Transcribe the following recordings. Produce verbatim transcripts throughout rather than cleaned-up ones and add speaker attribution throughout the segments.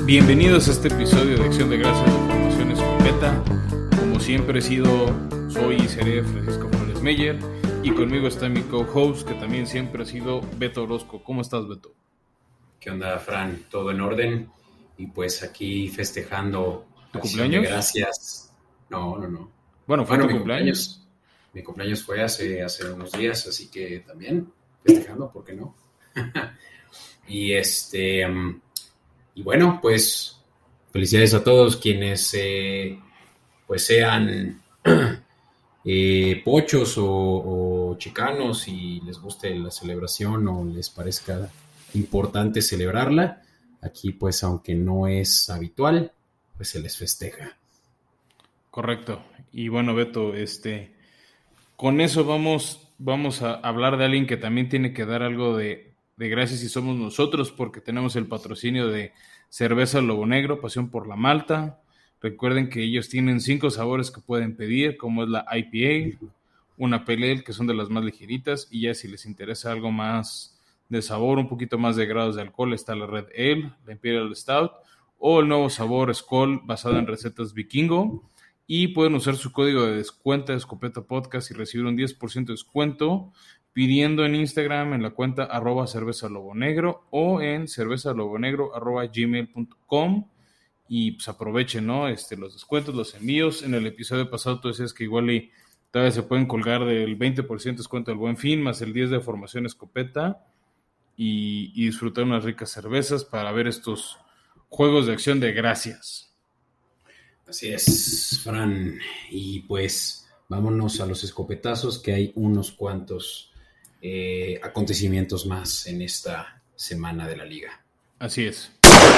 Speaker 1: Bienvenidos a este episodio de Acción de Gracias de Formación Escopeta. Como siempre he sido, soy y seré Francisco Flores Meyer, y conmigo está mi co-host, que también siempre ha sido Beto Orozco. ¿Cómo estás, Beto?
Speaker 2: ¿Qué onda, Fran? ¿Todo en orden? Y pues aquí festejando
Speaker 1: ¿Tu
Speaker 2: Acción
Speaker 1: cumpleaños?
Speaker 2: de Gracias. No, no, no.
Speaker 1: Bueno, ¿fue
Speaker 2: Bueno,
Speaker 1: tu
Speaker 2: mi
Speaker 1: cumpleaños?
Speaker 2: cumpleaños. Mi cumpleaños fue hace, hace unos días, así que también festejando, ¿por qué no? y este... um, y bueno, pues felicidades a todos quienes eh, pues sean eh, pochos o, o chicanos y les guste la celebración o les parezca importante celebrarla. Aquí pues aunque no es habitual, pues se les festeja.
Speaker 1: Correcto. Y bueno, Beto, este, con eso vamos, vamos a hablar de alguien que también tiene que dar algo de, de gracias, y somos nosotros, porque tenemos el patrocinio de Cerveza Lobo Negro, pasión por la malta. Recuerden que ellos tienen cinco sabores que pueden pedir, como es la I P A, una Pale Ale, que son de las más ligeritas, y ya si les interesa algo más de sabor, un poquito más de grados de alcohol, está la Red Ale, la Imperial Stout, o el nuevo sabor Skol, basado en recetas vikingo. Y pueden usar su código de descuento de Escopeta Podcast y recibir un diez por ciento de descuento pidiendo en Instagram en la cuenta arroba cerveza lobo negro o en cervezalobonegro arroba gmail punto com. Y pues aprovechen, ¿no? Este, los descuentos, los envíos. En el episodio pasado tú decías que igual y todavía se pueden colgar del veinte por ciento de descuento del Buen Fin, más el diez de formación Escopeta, y, y disfrutar unas ricas cervezas para ver estos juegos de acción de gracias.
Speaker 2: Así es, Fran. Y pues vámonos a los escopetazos, que hay unos cuantos eh, acontecimientos más en esta semana de la liga.
Speaker 1: Así es.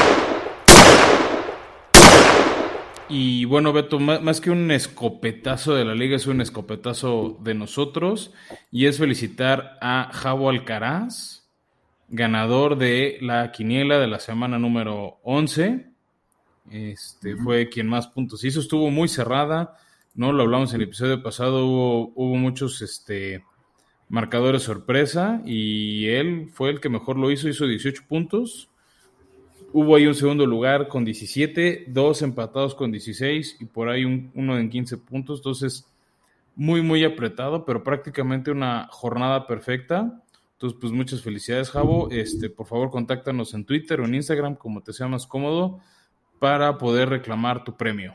Speaker 1: Y bueno, Beto, más, más que un escopetazo de la liga, es un escopetazo de nosotros, y es felicitar a Javo Alcaraz, ganador de la quiniela de la semana número once. Este, uh-huh. Fue quien más puntos hizo, estuvo muy cerrada, ¿no? Lo hablamos en el episodio pasado, hubo, hubo muchos este, marcadores sorpresa, y él fue el que mejor lo hizo, hizo dieciocho puntos. Hubo ahí un segundo lugar con diecisiete, dos empatados con dieciséis, y por ahí un, uno en quince puntos. Entonces, muy, muy apretado, pero prácticamente una jornada perfecta. Entonces, pues muchas felicidades, Javo. Este, por favor, contáctanos en Twitter o en Instagram, como te sea más cómodo, para poder reclamar tu premio.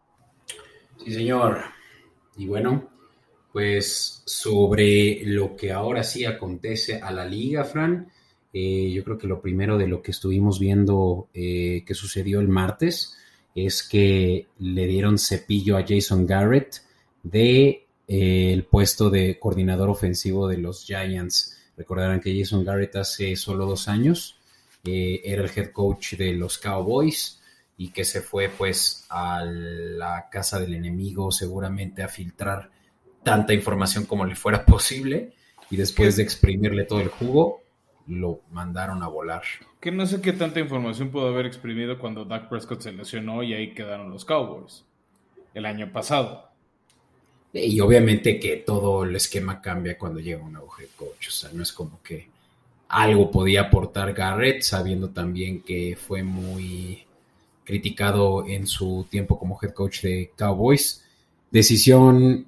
Speaker 2: Sí, señor. Y bueno, pues sobre lo que ahora sí acontece a la liga, Fran, eh, yo creo que lo primero de lo que estuvimos viendo eh, que sucedió el martes es que le dieron cepillo a Jason Garrett de eh, el puesto de coordinador ofensivo de los Giants. Recordarán que Jason Garrett hace solo dos años eh, era el head coach de los Cowboys, y que se fue pues a la casa del enemigo seguramente a filtrar tanta información como le fuera posible, y después de exprimirle todo el jugo, lo mandaron a volar.
Speaker 1: Que no sé qué tanta información pudo haber exprimido cuando Dak Prescott se lesionó y ahí quedaron los Cowboys el año pasado.
Speaker 2: Y obviamente que todo el esquema cambia cuando llega un nuevo head coach, o sea, no es como que algo podía aportar Garrett, sabiendo también que fue muy criticado en su tiempo como head coach de Cowboys. Decisión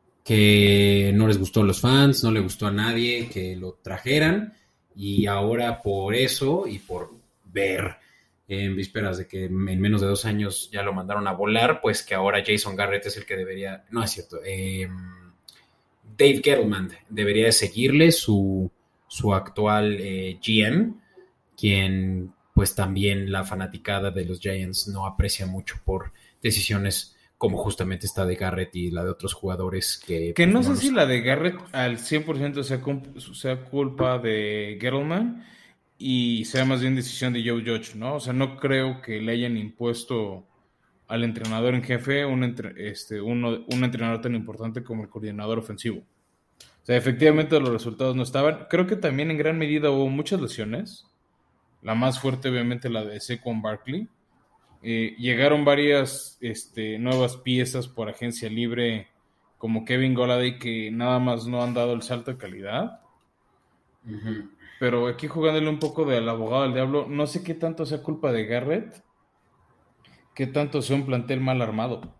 Speaker 2: que no les gustó a los fans, no le gustó a nadie que lo trajeran, y ahora por eso y por ver en vísperas de que en menos de dos años ya lo mandaron a volar, pues que ahora Jason Garrett es el que debería, no es cierto, eh, Dave Gettleman debería de seguirle, su, su actual eh, G M, quien pues también la fanaticada de los Giants no aprecia mucho por decisiones como justamente esta de Garrett y la de otros jugadores que...
Speaker 1: Que
Speaker 2: pues,
Speaker 1: no
Speaker 2: no
Speaker 1: sé
Speaker 2: los...
Speaker 1: si la de Garrett al cien por ciento sea, sea culpa de Gettleman y sea más bien decisión de Joe Judge, ¿no? O sea, no creo que le hayan impuesto al entrenador en jefe un, entre, este, uno, un entrenador tan importante como el coordinador ofensivo. O sea, efectivamente los resultados no estaban. Creo que también en gran medida hubo muchas lesiones. La más fuerte, obviamente, la de Saquon Barkley. Eh, llegaron varias este, nuevas piezas por agencia libre, como Kevin Golladay, que nada más no han dado el salto de calidad. Uh-huh. Pero aquí jugándole un poco del abogado del diablo, no sé qué tanto sea culpa de Garrett ¿Qué tanto sea un plantel mal armado?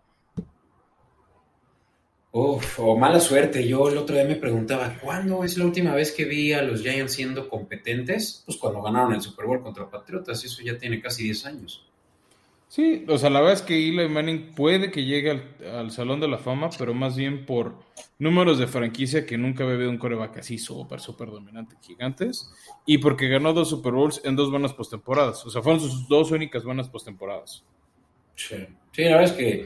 Speaker 2: Uf, o mala suerte. Yo el otro día me preguntaba, ¿cuándo es la última vez que vi a los Giants siendo competentes? Pues cuando ganaron el Super Bowl contra Patriotas, eso ya tiene casi diez años.
Speaker 1: Sí, o sea, la verdad es que Eli Manning puede que llegue al, al Salón de la Fama, pero más bien por números de franquicia que nunca había habido un coreback así súper, súper dominante, gigantes, y porque ganó dos Super Bowls en dos buenas postemporadas. O sea, fueron sus dos únicas buenas postemporadas.
Speaker 2: Sí. Sí, la verdad es que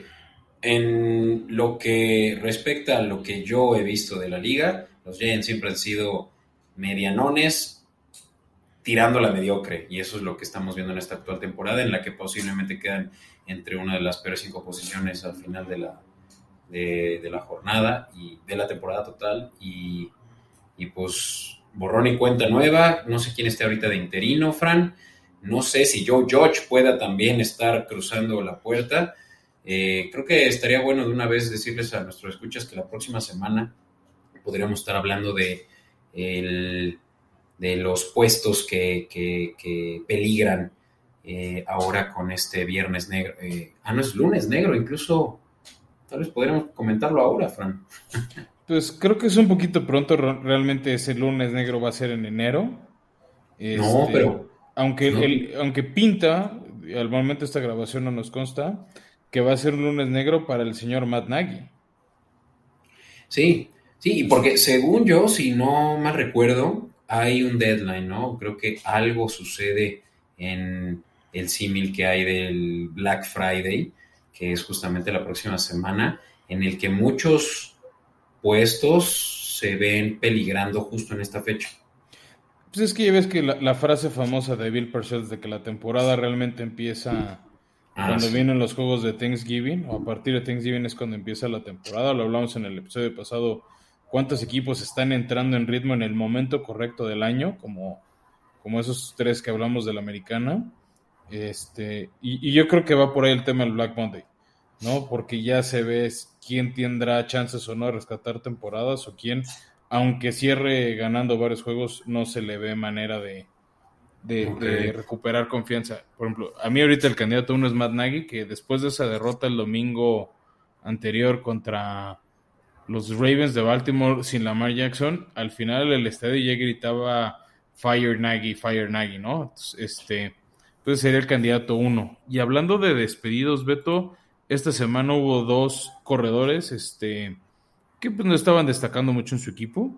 Speaker 2: en lo que respecta a lo que yo he visto de la liga, los Giants siempre han sido medianones tirando la mediocre, y eso es lo que estamos viendo en esta actual temporada, en la que posiblemente quedan entre una de las peores cinco posiciones al final de la, de, de la jornada y de la temporada total, y, y pues borrón y cuenta nueva. No sé quién esté ahorita de interino, Fran, no sé si Joe Judge pueda también estar cruzando la puerta. Eh, creo que estaría bueno de una vez decirles a nuestros escuchas que la próxima semana podríamos estar hablando de el de los puestos que, que, que peligran eh, ahora con este viernes negro. Eh, ah, no es lunes negro, incluso tal vez podríamos comentarlo ahora, Fran.
Speaker 1: Pues creo que es un poquito pronto, realmente ese lunes negro va a ser en enero.
Speaker 2: No,
Speaker 1: Este,
Speaker 2: pero
Speaker 1: aunque,
Speaker 2: no,
Speaker 1: el, aunque pinta, al momento de esta grabación no nos consta, que va a ser un lunes negro para el señor Matt Nagy.
Speaker 2: sí, sí, porque según yo, si no mal recuerdo, hay un deadline, ¿no? Creo que algo sucede en el símil que hay del Black Friday, que es justamente la próxima semana, en el que muchos puestos se ven peligrando justo en esta fecha.
Speaker 1: Pues es que ya ves que la, la frase famosa de Bill Parcells de que la temporada realmente empieza
Speaker 2: Ah,
Speaker 1: cuando
Speaker 2: sí.
Speaker 1: vienen los juegos de Thanksgiving, o a partir de Thanksgiving es cuando empieza la temporada. Lo hablamos en el episodio pasado, cuántos equipos están entrando en ritmo en el momento correcto del año, como, como esos tres que hablamos de la americana. Este, y, y yo creo que va por ahí el tema del Black Monday, ¿no? Porque ya se ve quién tendrá chances o no de rescatar temporadas o quién, aunque cierre ganando varios juegos, no se le ve manera de, de,
Speaker 2: Ok.
Speaker 1: de recuperar confianza. Por ejemplo, a mí ahorita el candidato uno es Matt Nagy, que después de esa derrota el domingo anterior contra los Ravens de Baltimore sin Lamar Jackson, al final el estadio ya gritaba Fire Nagy, Fire Nagy, ¿no? Entonces, este, entonces sería el candidato uno. Y hablando de despedidos, Beto, esta semana hubo dos corredores, este, que pues, no estaban destacando mucho en su equipo.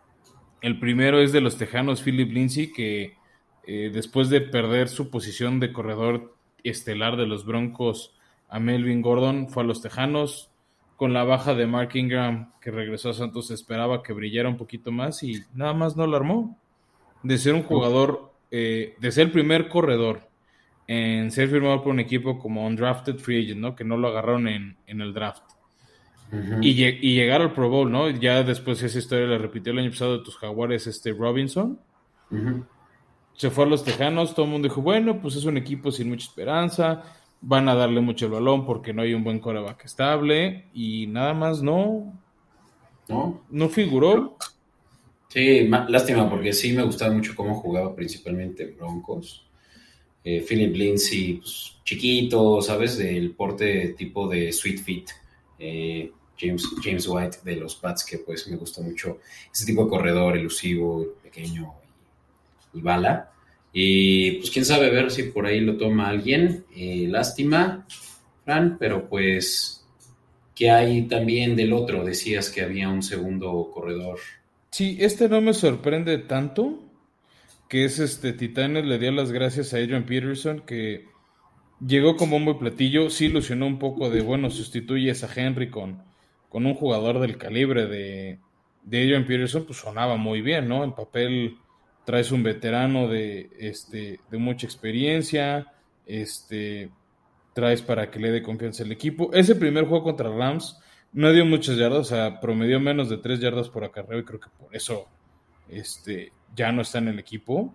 Speaker 1: El primero es de los Tejanos, Philip Lindsay, que eh, después de perder su posición de corredor estelar de los Broncos a Melvin Gordon, fue a los Tejanos. Con la baja de Mark Ingram, que regresó a Santos, esperaba que brillara un poquito más y nada más no lo armó. De ser un jugador, eh, de ser el primer corredor en ser firmado por un equipo como undrafted free agent, ¿no? Que no lo agarraron en, en el draft.
Speaker 2: Uh-huh.
Speaker 1: Y, lleg- y llegar al Pro Bowl, ¿no? Ya después esa historia la repitió el año pasado de tus Jaguares, este Robinson.
Speaker 2: Uh-huh.
Speaker 1: Se fue a los Tejanos, todo el mundo dijo, bueno, pues es un equipo sin mucha esperanza, van a darle mucho el balón porque no hay un buen quarterback estable y nada más no,
Speaker 2: ¿No?
Speaker 1: no figuró.
Speaker 2: Sí, ma- lástima porque sí me gustaba mucho cómo jugaba principalmente Broncos. Eh, Philip Lindsay, pues, chiquito, ¿sabes? Del porte tipo de Sweet Feet. Eh, James, James White de los Pats, que pues me gusta mucho ese tipo de corredor elusivo, pequeño y, y bala. Y pues quién sabe, ver si por ahí lo toma alguien. Eh, lástima, Fran, pero pues, ¿qué hay también del otro? Decías que había un segundo corredor.
Speaker 1: Sí, este no me sorprende tanto, que es este Titanes, le dio las gracias a Adrian Peterson, que llegó como un buen platillo, sí ilusionó un poco de, bueno, sustituyes a Henry con, con un jugador del calibre de, de Adrian Peterson, pues sonaba muy bien, ¿no? En papel traes un veterano de, este, de mucha experiencia, este, traes para que le dé confianza al equipo. Ese primer juego contra Rams no dio muchas yardas, o sea, promedió menos de tres yardas por acarreo y creo que por eso este, ya no está en el equipo.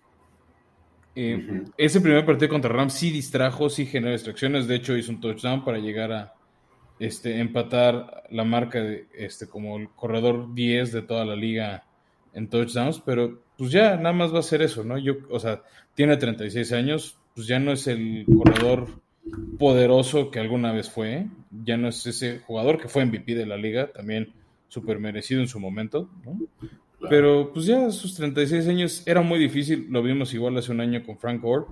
Speaker 1: Eh,
Speaker 2: Uh-huh.
Speaker 1: ese primer partido contra Rams sí distrajo, sí generó distracciones. De hecho, hizo un touchdown para llegar a este, empatar la marca de, este, como el corredor diez de toda la liga en touchdowns. Pero pues ya nada más va a ser eso, ¿no? Yo, o sea, tiene treinta y seis años, pues ya no es el corredor poderoso que alguna vez fue. Ya no es ese jugador que fue M V P de la liga, también súper merecido en su momento, ¿no?
Speaker 2: Claro.
Speaker 1: Pero pues ya a sus treinta y seis años era muy difícil, lo vimos igual hace un año con Frank Gore.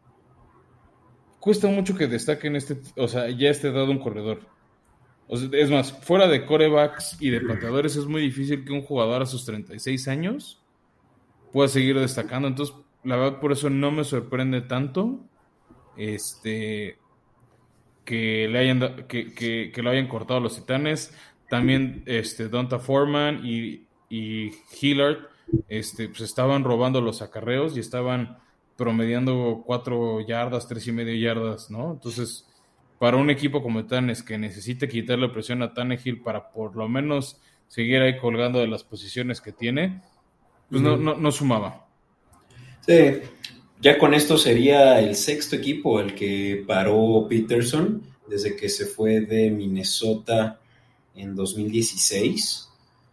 Speaker 1: Cuesta mucho que destaque en este, o sea, ya esté dado un corredor. O sea, es más, fuera de corebacks y de pateadores es muy difícil que un jugador a sus treinta y seis años pueda seguir destacando. Entonces, la verdad, por eso no me sorprende tanto este, que, le hayan, que, que, que lo hayan cortado los Titanes. También este, Donta Foreman y, y Hillard este, pues estaban robando los acarreos y estaban promediando cuatro yardas, tres y medio yardas, ¿no? Entonces, para un equipo como Titanes que necesite quitarle presión a Tannehill para por lo menos seguir ahí colgando de las posiciones que tiene, pues no,
Speaker 2: Uh-huh.
Speaker 1: no, no sumaba.
Speaker 2: Sí, ya con esto sería el sexto equipo el que paró Peterson desde que se fue de Minnesota en dos mil dieciséis.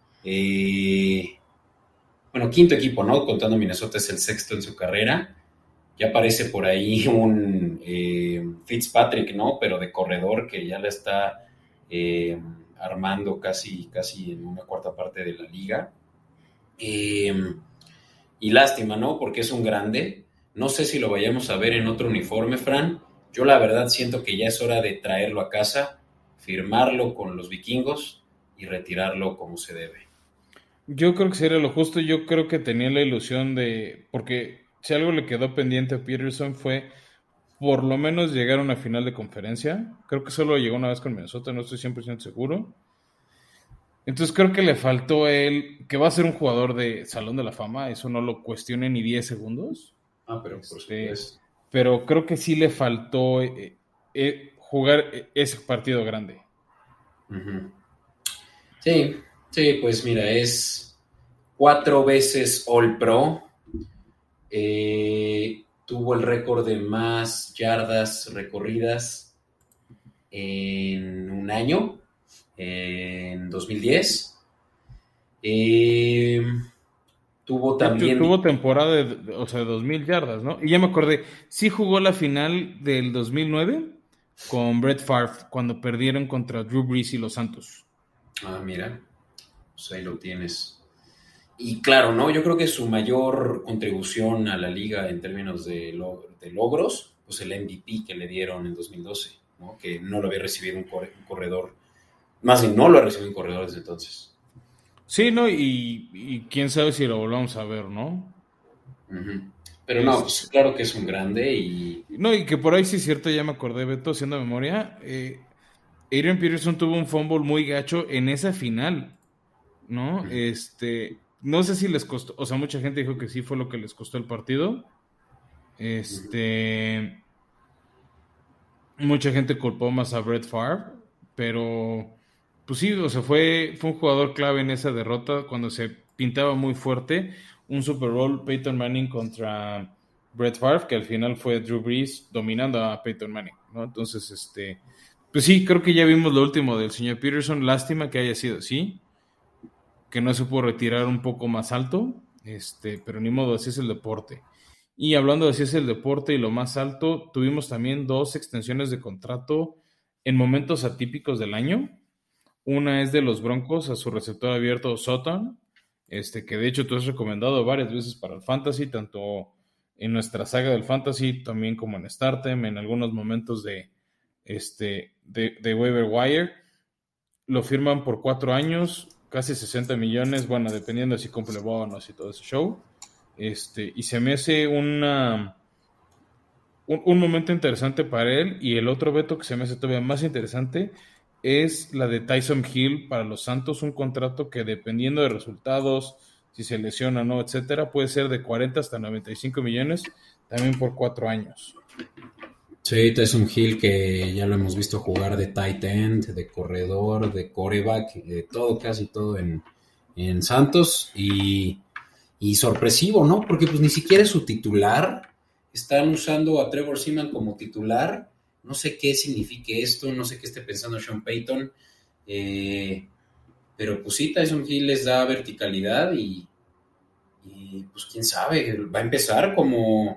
Speaker 2: Eh, bueno, quinto equipo, ¿no? Contando Minnesota es el sexto en su carrera. Ya aparece por ahí un eh, Fitzpatrick, ¿no? Pero de corredor que ya la está eh, armando casi, casi en una cuarta parte de la liga. Eh, y lástima, ¿no? Porque es un grande. No sé si lo vayamos a ver en otro uniforme, Fran. Yo la verdad siento que ya es hora de traerlo a casa, firmarlo con los vikingos y retirarlo como se debe.
Speaker 1: Yo creo que sería lo justo. Yo creo que tenía la ilusión de. Porque si algo le quedó pendiente a Peterson fue por lo menos llegar a una final de conferencia. Creo que solo llegó una vez con Minnesota, no estoy cien por ciento seguro. Entonces creo que le faltó a él, que va a ser un jugador de Salón de la Fama, eso no lo cuestione ni diez segundos.
Speaker 2: Ah, pero por
Speaker 1: Este,
Speaker 2: supuesto.
Speaker 1: pero creo que sí le faltó eh, eh, jugar eh, ese partido grande.
Speaker 2: Uh-huh. Sí, sí, pues mira, es cuatro veces All Pro. Eh, tuvo el récord de más yardas recorridas en un año, en dos mil diez. Eh, tuvo
Speaker 1: Sí, tu-
Speaker 2: también...
Speaker 1: tuvo temporada de, de- o sea, de dos mil yardas, ¿no? Y ya me acordé, sí jugó la final del dos mil nueve con Brett Favre, cuando perdieron contra Drew Brees y los Santos.
Speaker 2: Ah, mira, pues ahí lo tienes. Y claro, ¿no? Yo creo que su mayor contribución a la liga en términos de, log de logros, pues el M V P que le dieron en dos mil doce, ¿no? Que no lo había recibido un, corre un corredor, más bien no lo ha recibido un corredor desde entonces.
Speaker 1: Sí, ¿no? Y, y quién sabe si lo volvamos a ver, ¿no?
Speaker 2: Uh-huh. Pero no, pues
Speaker 1: Este,
Speaker 2: claro que es un grande y...
Speaker 1: no, y que por ahí sí es cierto, ya me acordé, Beto, haciendo memoria, eh, Adrian Peterson tuvo un fumble muy gacho en esa final, ¿no?
Speaker 2: Uh-huh.
Speaker 1: Este, no sé si les costó, o sea, mucha gente dijo que sí fue lo que les costó el partido.
Speaker 2: Uh-huh.
Speaker 1: Este, mucha gente culpó más a Brett Favre, pero pues sí, o sea, fue, fue un jugador clave en esa derrota cuando se pintaba muy fuerte. Un Super Bowl Peyton Manning contra Brett Favre, que al final fue Drew Brees dominando a Peyton Manning, ¿no? Entonces, este, pues sí, creo que ya vimos lo último del señor Peterson. Lástima que haya sido así, que no se pudo retirar un poco más alto, este, pero ni modo, así es el deporte. Y hablando de así es el deporte y lo más alto, tuvimos también dos extensiones de contrato en momentos atípicos del año. Una es de los Broncos a su receptor abierto Sutton, este, que de hecho tú has recomendado varias veces para el Fantasy, tanto en nuestra saga del Fantasy, también como en Startem, en algunos momentos de, este, de, de waiver wire. Lo firman por cuatro años, casi sesenta millones, bueno, dependiendo si cumple bonos y todo ese show. Este, y se me hace una, un, un momento interesante para él. Y el otro veto que se me hace todavía más interesante es la de Tyson Hill para los Santos, un contrato que dependiendo de resultados, si se lesiona o no, etcétera, puede ser de cuarenta hasta noventa y cinco millones, también por cuatro años.
Speaker 2: Sí, Tyson Hill, que ya lo hemos visto jugar de tight end, de corredor, de coreback, de todo, casi todo en, en Santos. Y, y sorpresivo, ¿no? Porque pues ni siquiera es su titular. Están usando a Trevor Seaman como titular. No sé qué signifique esto, no sé qué esté pensando Sean Payton. Eh, pero pues sí, Tyson Hill les da verticalidad y, y pues quién sabe, va a empezar como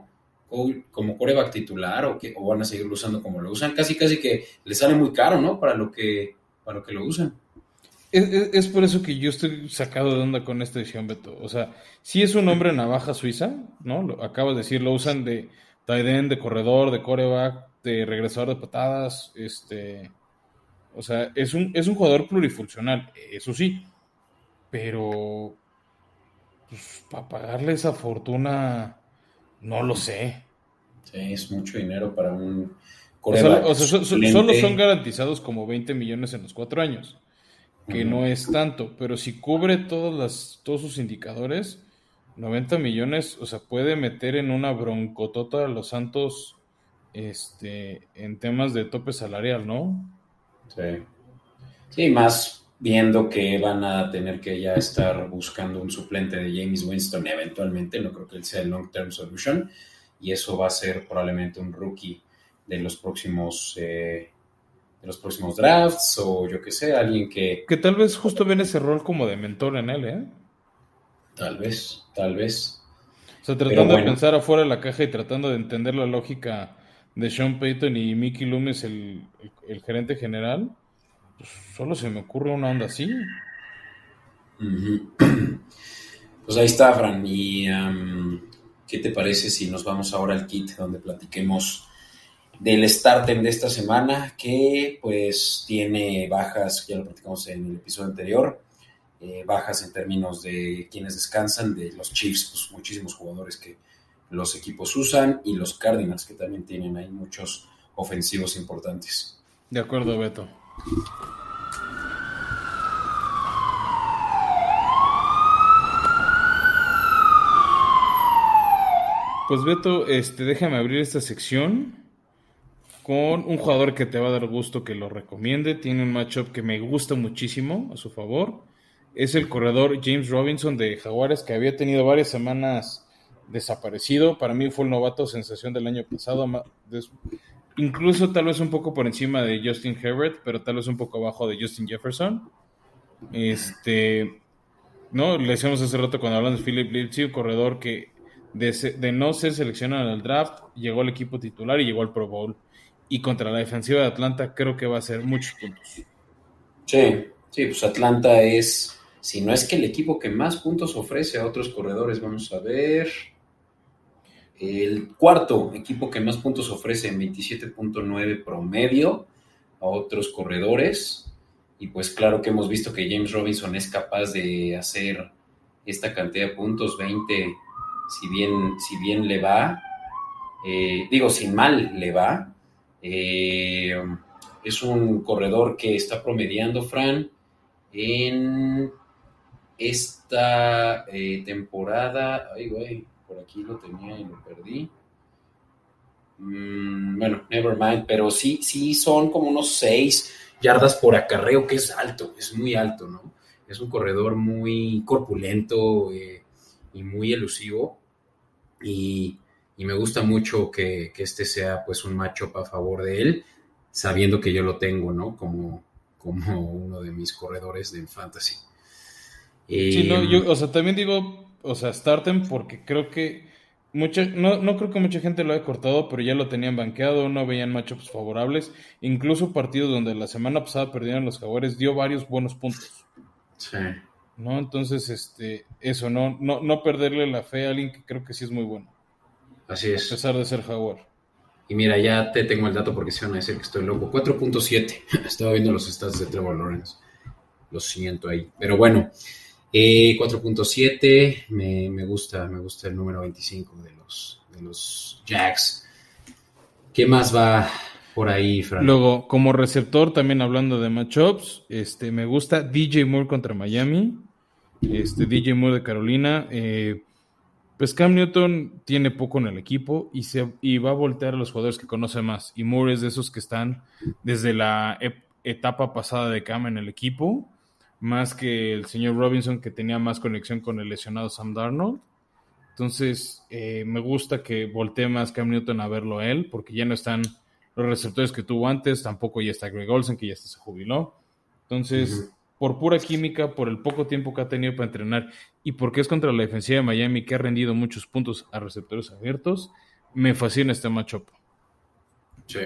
Speaker 2: como quarterback titular o, que, o van a seguirlo usando como lo usan. Casi, casi que le sale muy caro, ¿no? Para lo que, para lo, que lo usan.
Speaker 1: Es, es, es por eso que yo estoy sacado de onda con esta edición, Beto. O sea, sí es un hombre navaja suiza, ¿no? Lo acabas de decir, lo usan de tight end, de corredor, de quarterback, de regresador de patadas, este... O sea, es un, es un jugador plurifuncional, eso sí, pero pues, para pagarle esa fortuna, no lo sé.
Speaker 2: Sí, es mucho dinero para un
Speaker 1: O sea,
Speaker 2: quarterback
Speaker 1: o sea so, so, solo son
Speaker 2: suplente.
Speaker 1: garantizados como veinte millones en los cuatro años, que
Speaker 2: Uh-huh.
Speaker 1: no es tanto, pero si cubre todas las, todos sus indicadores, noventa millones, o sea, puede meter en una broncotota a los Santos este, en temas de tope salarial, ¿no?
Speaker 2: Sí. Sí, más viendo que van a tener que ya estar buscando un suplente de James Winston eventualmente, no creo que él sea el long term solution, y eso va a ser probablemente un rookie de los próximos eh, de los próximos drafts, o yo que sé, alguien que
Speaker 1: Que tal vez justo ven ese rol como de mentor en él, ¿eh?
Speaker 2: tal vez, tal vez,
Speaker 1: O sea,
Speaker 2: pero
Speaker 1: tratando de
Speaker 2: bueno,
Speaker 1: pensar afuera de la caja y tratando de entender la lógica de Sean Payton y Mickey Loomis, el, el, el gerente general, pues solo se me ocurre una onda así.
Speaker 2: uh-huh. Pues ahí está, Fran, y um, ¿qué te parece si nos vamos ahora al kit donde platiquemos del startem de esta semana, que pues tiene bajas, ya lo platicamos en el episodio anterior, eh, bajas en términos de quienes descansan, de los Chiefs, pues muchísimos jugadores que los equipos usan, y los Cardinals, que también tienen ahí muchos ofensivos importantes.
Speaker 1: De acuerdo, Beto. Pues Beto, este, déjame abrir esta sección con un jugador que te va a dar gusto que lo recomiende. Tiene un matchup que me gusta muchísimo a su favor. Es el corredor James Robinson de Jaguares, que había tenido varias semanas desaparecido. Para mí fue el novato sensación del año pasado. Incluso tal vez un poco por encima de Justin Herbert, pero tal vez un poco abajo de Justin Jefferson. Este, ¿no? Le decíamos hace rato cuando hablamos de Philip Lindsay, un corredor que de, de no ser seleccionado en el draft, llegó al equipo titular y llegó al Pro Bowl. Y contra la defensiva de Atlanta creo que va a hacer muchos puntos.
Speaker 2: Sí, sí, pues Atlanta es, si no es que el equipo que más puntos ofrece a otros corredores, vamos a ver, el cuarto equipo que más puntos ofrece en veintisiete punto nueve promedio a otros corredores. Y pues claro que hemos visto que James Robinson es capaz de hacer esta cantidad de puntos, veinte, si bien, si bien le va, eh, digo, si mal le va. Eh, es un corredor que está promediando, Fran, en esta eh, temporada. Ay, güey, por aquí lo tenía y lo perdí. Mm, bueno, never mind, pero sí, sí son como unos seis yardas por acarreo, que es alto, es muy alto, ¿no? Es un corredor muy corpulento eh, y muy elusivo, y, y me gusta mucho que, que, este sea pues un matchup a favor de él, sabiendo que yo lo tengo, ¿no? Como, como uno de mis corredores de fantasy.
Speaker 1: Sí,
Speaker 2: Eh,
Speaker 1: no, yo, o sea, también digo, o sea, starten porque creo que mucha, no, no creo que mucha gente lo haya cortado, pero ya lo tenían banqueado, no veían matchups favorables, incluso partidos donde la semana pasada perdieron los Jaguares, dio varios buenos puntos.
Speaker 2: Sí.
Speaker 1: ¿No? Entonces, este, eso, no, no, no perderle la fe a alguien que creo que sí es muy bueno.
Speaker 2: Así es.
Speaker 1: A pesar de ser Jaguar.
Speaker 2: Y mira, ya te tengo el dato porque se van a decir que estoy loco. cuatro punto siete. Estaba viendo los stats de Trevor Lawrence. Lo siento ahí. Pero bueno, eh, cuatro punto siete. Me, me gusta, me gusta el número veinticinco de los, de los Jags. ¿Qué más va por ahí, Fran?
Speaker 1: Luego, como receptor, también hablando de matchups, este, me gusta D J Moore contra Miami. Este, D J Moore de Carolina. Eh, pues Cam Newton tiene poco en el equipo y, se, y va a voltear a los jugadores que conoce más. Y Moore es de esos que están desde la ep- etapa pasada de Cam en el equipo, más que el señor Robinson, que tenía más conexión con el lesionado Sam Darnold. Entonces, eh, me gusta que voltee más Cam Newton a verlo a él, porque ya no están los receptores que tuvo antes, tampoco ya está Greg Olsen, que ya se jubiló. Entonces,
Speaker 2: Uh-huh.
Speaker 1: por pura química, por el poco tiempo que ha tenido para entrenar y porque es contra la defensiva de Miami, que ha rendido muchos puntos a receptores abiertos, me fascina este matchup.
Speaker 2: Sí.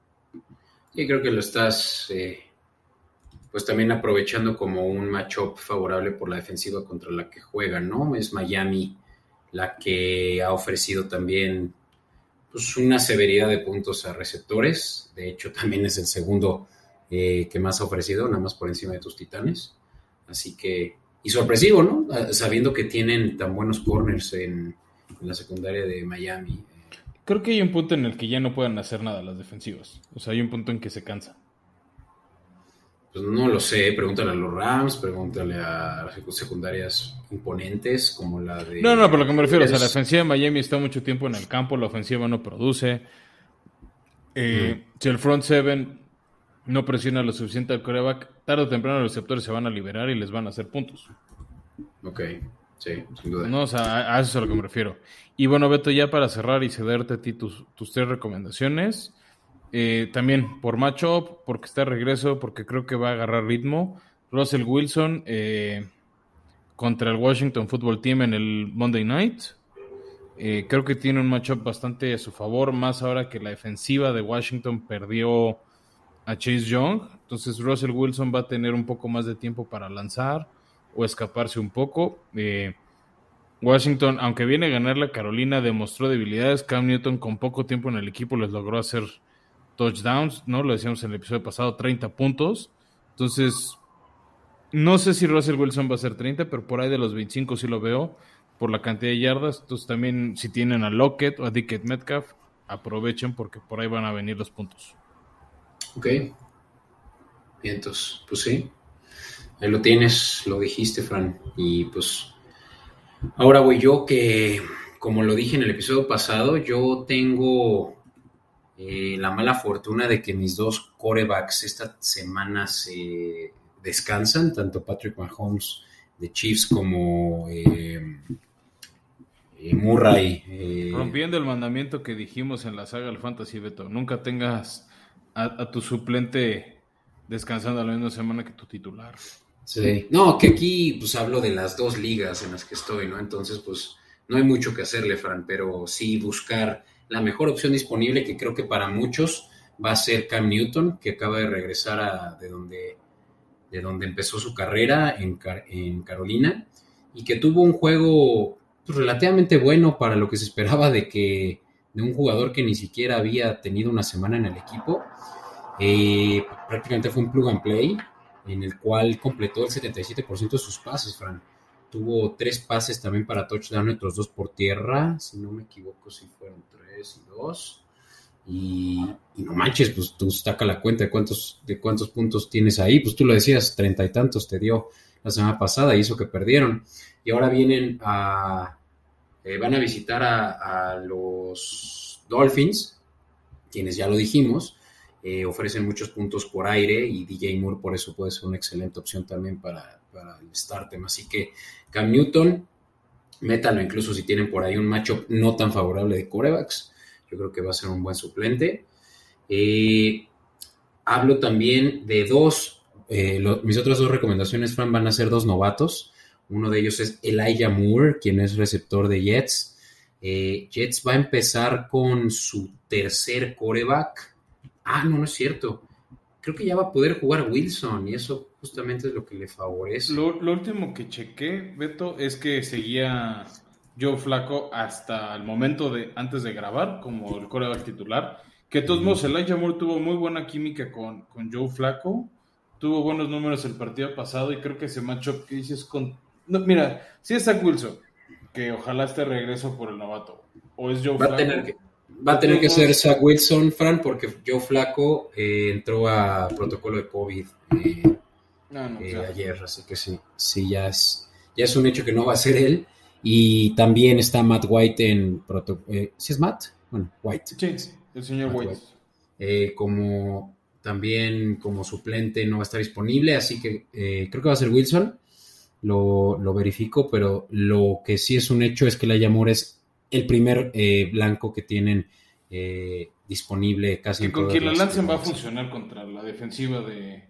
Speaker 2: Y creo que lo estás eh, pues también aprovechando como un matchup favorable por la defensiva contra la que juegan, ¿no? Es Miami la que ha ofrecido también pues, una severidad de puntos a receptores. De hecho, también es el segundo eh, que más ha ofrecido, nada más por encima de tus Titanes. Así que, y sorpresivo, ¿no? Sabiendo que tienen tan buenos corners en, en la secundaria de Miami.
Speaker 1: Creo que hay un punto en el que ya no pueden hacer nada las defensivas. O sea, hay un punto en que se cansa.
Speaker 2: Pues no lo sé, pregúntale a los Rams, pregúntale a secundarias imponentes como la de...
Speaker 1: No, no, por lo que me refiero, o sea, la defensiva de Miami está mucho tiempo en el campo, la ofensiva no produce. Eh, mm. Si el front seven no presiona lo suficiente al quarterback, tarde o temprano los receptores se van a liberar y les van a hacer puntos.
Speaker 2: Ok, sí, sin duda.
Speaker 1: No, o sea, a eso es a lo que me refiero. Y bueno, Beto, ya para cerrar y cederte a ti tus, tus tres recomendaciones... Eh, también por matchup, porque está de regreso, porque creo que va a agarrar ritmo. Russell Wilson eh, contra el Washington Football Team en el Monday Night. Eh, creo que tiene un matchup bastante a su favor, más ahora que la defensiva de Washington perdió a Chase Young. Entonces Russell Wilson va a tener un poco más de tiempo para lanzar o escaparse un poco. Eh, Washington, aunque viene a ganar la Carolina, demostró debilidades. Cam Newton con poco tiempo en el equipo les logró hacer touchdowns, ¿no? Lo decíamos en el episodio pasado, treinta puntos. Entonces, no sé si Russell Wilson va a ser treinta, pero por ahí de los veinticinco sí lo veo, por la cantidad de yardas. Entonces también, si tienen a Lockett o a D K Metcalf, aprovechen porque por ahí van a venir los puntos.
Speaker 2: Ok. Bien, entonces, pues sí. Ahí lo tienes, lo dijiste, Fran. Y pues, ahora voy yo que, como lo dije en el episodio pasado, yo tengo... Eh, la mala fortuna de que mis dos quarterbacks esta semana se descansan, tanto Patrick Mahomes de Chiefs como eh, eh, Murray. Eh,
Speaker 1: Rompiendo el mandamiento que dijimos en la saga del Fantasy, Beto, nunca tengas a, a tu suplente descansando la misma semana que tu titular.
Speaker 2: Sí, no, que aquí pues hablo de las dos ligas en las que estoy, ¿no? Entonces pues no hay mucho que hacerle, Fran, pero sí buscar la mejor opción disponible, que creo que para muchos va a ser Cam Newton, que acaba de regresar a, de, donde, de donde empezó su carrera en, en Carolina, y que tuvo un juego pues, relativamente bueno para lo que se esperaba de, que, de un jugador que ni siquiera había tenido una semana en el equipo. Eh, prácticamente fue un plug and play, en el cual completó el setenta y siete por ciento de sus pases, Fran. Tuvo tres pases también para touchdown, otros dos por tierra, si no me equivoco, si fueron tres y dos. Y, y no manches, pues tú saca la cuenta de cuántos, de cuántos puntos tienes ahí. Pues tú lo decías, treinta y tantos te dio la semana pasada y hizo que perdieron. Y ahora vienen a... Eh, van a visitar a, a los Dolphins, quienes ya lo dijimos, eh, ofrecen muchos puntos por aire y D J Moore por eso puede ser una excelente opción también para, para el startem. Así que Cam Newton, métanlo incluso si tienen por ahí un matchup no tan favorable de quarterbacks. Yo creo que va a ser un buen suplente. Eh, hablo también de dos, eh, lo, mis otras dos recomendaciones, Fran, van a ser dos novatos. Uno de ellos es Elijah Moore, quien es receptor de Jets. Eh, Jets va a empezar con su tercer quarterback. Ah, no, no es cierto. Creo que ya va a poder jugar Wilson y eso justamente es lo que le favorece.
Speaker 1: Lo, lo último que chequé, Beto, es que seguía Joe Flacco hasta el momento de antes de grabar como el quarterback titular. Que de todos mm. modos, Elijah Moore tuvo muy buena química con, con Joe Flacco. Tuvo buenos números el partido pasado y creo que ese matchup que dices con... No, mira, si es Zach Wilson, que ojalá esté regreso por el novato, o es Joe
Speaker 2: va
Speaker 1: Flacco...
Speaker 2: A tener que... Va a tener que ser Zach Wilson, Fran, porque Joe Flacco eh, entró a protocolo de COVID eh, no, no, eh, claro. ayer, así que sí, sí ya es, ya es un hecho que no va a ser él. Y también está Matt White en protocolo. Eh, ¿Sí es Matt? Bueno, White.
Speaker 1: Sí, el señor Matt White. White.
Speaker 2: Eh, como también como suplente no va a estar disponible, así que eh, creo que va a ser Wilson. Lo, lo verifico, pero lo que sí es un hecho es que Elijah Moore es el primer eh, blanco que tienen eh, disponible casi
Speaker 1: que
Speaker 2: en
Speaker 1: con quien la lancen va a funcionar contra la defensiva de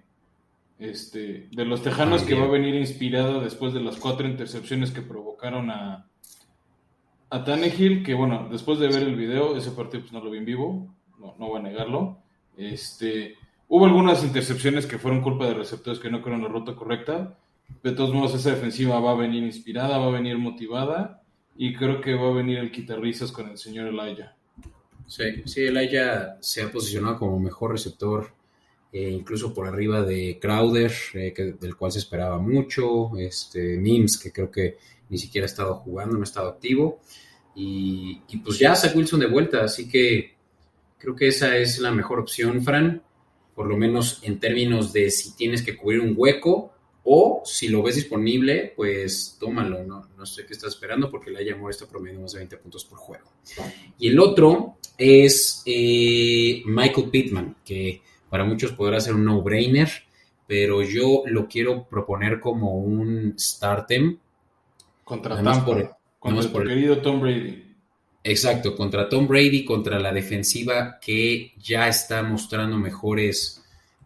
Speaker 1: este de los Tejanos, ah, que bien. Va a venir inspirada después de las cuatro intercepciones que provocaron a a Tannehill, que bueno, después de ver el video, ese partido pues no lo vi en vivo, no, no voy a negarlo. Este, hubo algunas intercepciones que fueron culpa de receptores que no crearon la ruta correcta. De todos modos, esa defensiva va a venir inspirada, va a venir motivada, y creo que va a venir el quitarrisas con el señor Elijah.
Speaker 2: Sí, sí, Elijah se ha posicionado como mejor receptor, eh, incluso por arriba de Crowder, eh, que, del cual se esperaba mucho, este, Mims, que creo que ni siquiera ha estado jugando, no ha estado activo, y, y pues ya Zach Wilson de vuelta, así que creo que esa es la mejor opción, Fran, por lo menos en términos de si tienes que cubrir un hueco, o si lo ves disponible, pues tómalo, no, no sé qué estás esperando, porque Elijah Moore está promediando más de veinte puntos por juego. Y el otro es eh, Michael Pittman, que para muchos podrá ser un no-brainer, pero yo lo quiero proponer como un startem.
Speaker 1: Contra Tampa, por, contra tu por, querido Tom Brady.
Speaker 2: Exacto, contra Tom Brady, contra la defensiva que ya está mostrando mejores,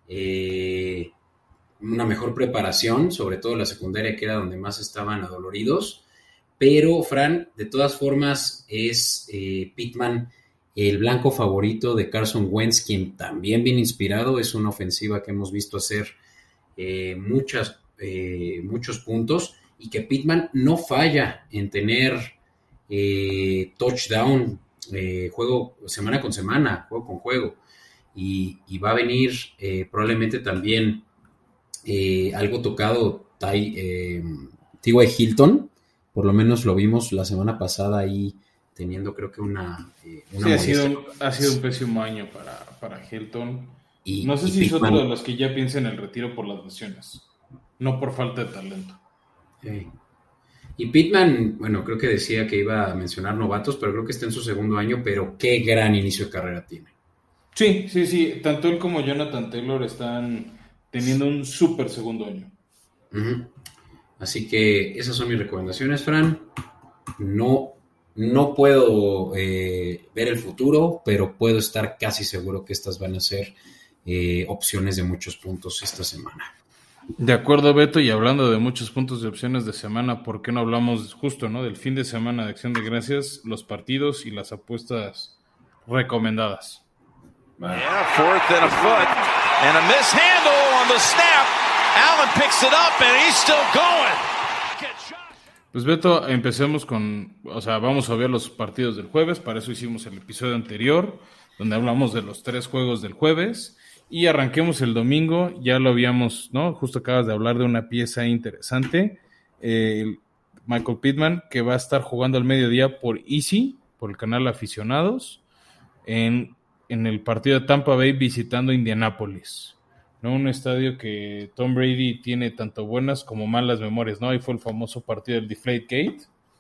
Speaker 2: eh, una mejor preparación, sobre todo la secundaria, que era donde más estaban adoloridos. Pero, Fran, de todas formas, es eh, Pittman el blanco favorito de Carson Wentz, quien también viene inspirado. Es una ofensiva que hemos visto hacer eh, muchas, eh, muchos puntos, y que Pittman no falla en tener eh, touchdown eh, juego semana con semana, juego con juego. Y, y va a venir eh, probablemente también eh, algo tocado Ty, eh, T Y Hilton. Por lo menos lo vimos la semana pasada ahí teniendo creo que una... Eh, una
Speaker 1: sí, ha sido, ha sido un pésimo año para, para Hilton. Y, no sé si Pittman, es otro de los que ya piensa en el retiro por las lesiones, no por falta de talento.
Speaker 2: Eh. Y Pittman, bueno, creo que decía que iba a mencionar novatos, pero creo que está en su segundo año, pero qué gran inicio de carrera tiene.
Speaker 1: Sí, sí, sí, tanto él como Jonathan Taylor están teniendo un súper segundo año.
Speaker 2: Uh-huh. Así que esas son mis recomendaciones, Fran. No, no puedo eh, ver el futuro, pero puedo estar casi seguro que estas van a ser eh, opciones de muchos puntos esta semana.
Speaker 1: De acuerdo, Beto, y hablando de muchos puntos de opciones de semana, ¿por qué no hablamos justo, ¿no? del fin de semana de Acción de Gracias, los partidos y las apuestas recomendadas?
Speaker 3: Yeah, fourth and a foot, and a mishandle on the snap. Allen picks it up and he's still going.
Speaker 1: Pues Beto, empecemos con, o sea, vamos a ver los partidos del jueves, para eso hicimos el episodio anterior, donde hablamos de los tres juegos del jueves, y arranquemos el domingo. Ya lo habíamos, ¿no? Justo acabas de hablar de una pieza interesante, eh, Michael Pittman, que va a estar jugando al mediodía por Easy, por el canal Aficionados, en, en el partido de Tampa Bay visitando Indianápolis. ¿No? Un estadio que Tom Brady tiene tanto buenas como malas memorias, ¿no? Ahí fue el famoso partido del Deflategate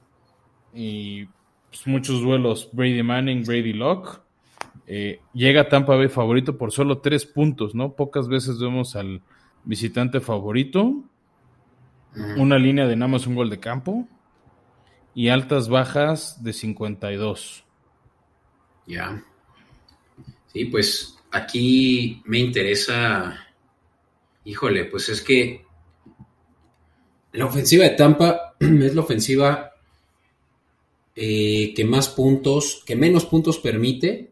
Speaker 1: y pues, muchos duelos Brady Manning, Brady Locke. Eh, llega Tampa Bay favorito por solo tres puntos, ¿no? Pocas veces vemos al visitante favorito. Una línea de nada más un gol de campo y altas bajas de cincuenta y dos.
Speaker 2: Ya. Yeah. Sí, pues aquí me interesa. Híjole, pues es que la ofensiva de Tampa es la ofensiva eh, que más puntos, que menos puntos permite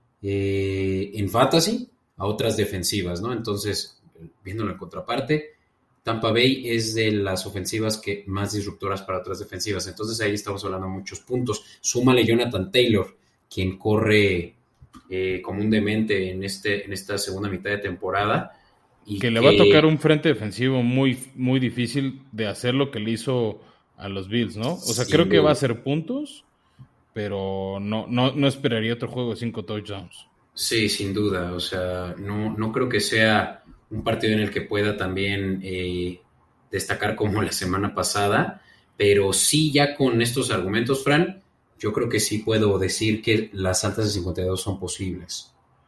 Speaker 2: eh, en fantasy a otras defensivas, ¿no? Entonces, viéndolo en contraparte, Tampa Bay es de las ofensivas que más disruptoras para otras defensivas. Entonces ahí estamos hablando de muchos puntos. Súmale Jonathan Taylor, quien corre eh, como un demente en, este, en esta segunda mitad de temporada.
Speaker 1: Y que, que le va a tocar un frente defensivo muy, muy difícil de hacer lo que le hizo a los Bills, ¿no? O sea, creo que va a hacer puntos, pero no, no, no esperaría otro juego de cinco touchdowns.
Speaker 2: Sí, sin duda. O sea, no, no creo que sea un partido en el que pueda también eh, destacar como la semana pasada, pero sí ya con estos argumentos, Fran, yo creo que sí puedo decir que las altas de cincuenta y dos son posibles.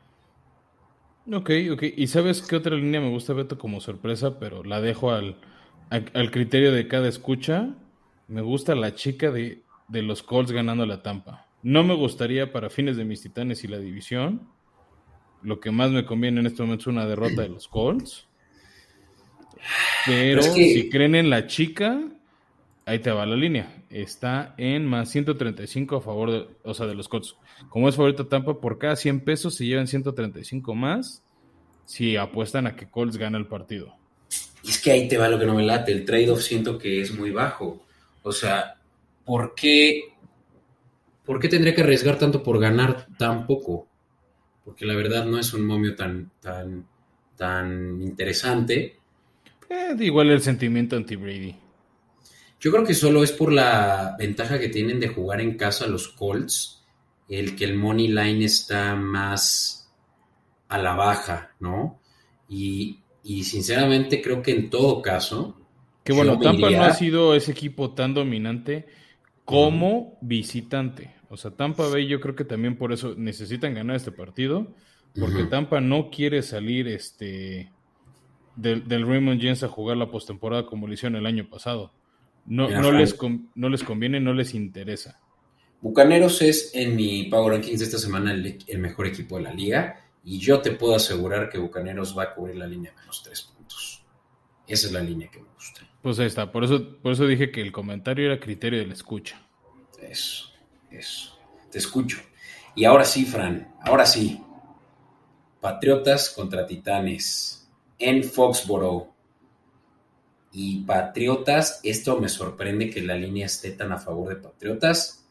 Speaker 1: Ok, ok. ¿Y sabes qué otra línea me gusta, Beto, como sorpresa? Pero la dejo al, al, al criterio de cada escucha. Me gusta la chica de, de los Colts ganando la Tampa. No me gustaría para fines de mis Titanes y la división. Lo que más me conviene en este momento es una derrota de los Colts. Pero, Pero es que... si creen en la chica, Ahí te va la línea. Está en más ciento treinta y cinco a favor de, o sea, de los Colts. Como es favorito Tampa, por cada cien pesos se llevan ciento treinta y cinco más si apuestan a que Colts gana el partido.
Speaker 2: Y es que ahí te va lo que no me late. El trade-off siento que es muy bajo. O sea, ¿por qué, ¿por qué tendría que arriesgar tanto por ganar tan poco? Porque la verdad no es un momio tan, tan, tan interesante.
Speaker 1: Eh, igual el sentimiento anti-Brady.
Speaker 2: Yo creo que solo es por la ventaja que tienen de jugar en casa los Colts, el que el money line está más a la baja, ¿no? Y, y sinceramente creo que en todo caso...
Speaker 1: Que bueno, Tampa iría... no ha sido ese equipo tan dominante como uh-huh. visitante. O sea, Tampa Bay yo creo que también por eso necesitan ganar este partido, porque uh-huh. Tampa no quiere salir este del, del Raymond James a jugar la postemporada como lo hicieron el año pasado. No, Mira, no, les, no les conviene, no les interesa.
Speaker 2: Bucaneros es en mi Power Rankings de esta semana el, el mejor equipo de la liga y yo te puedo asegurar que Bucaneros va a cubrir la línea de menos tres puntos. Esa es la línea que me gusta.
Speaker 1: Pues ahí está, por eso, por eso dije que el comentario era criterio de la escucha.
Speaker 2: Eso, eso. Te escucho. Y ahora sí, Fran, ahora sí. Patriotas contra Titanes en Foxborough. Y Patriotas, esto me sorprende que la línea esté tan a favor de Patriotas.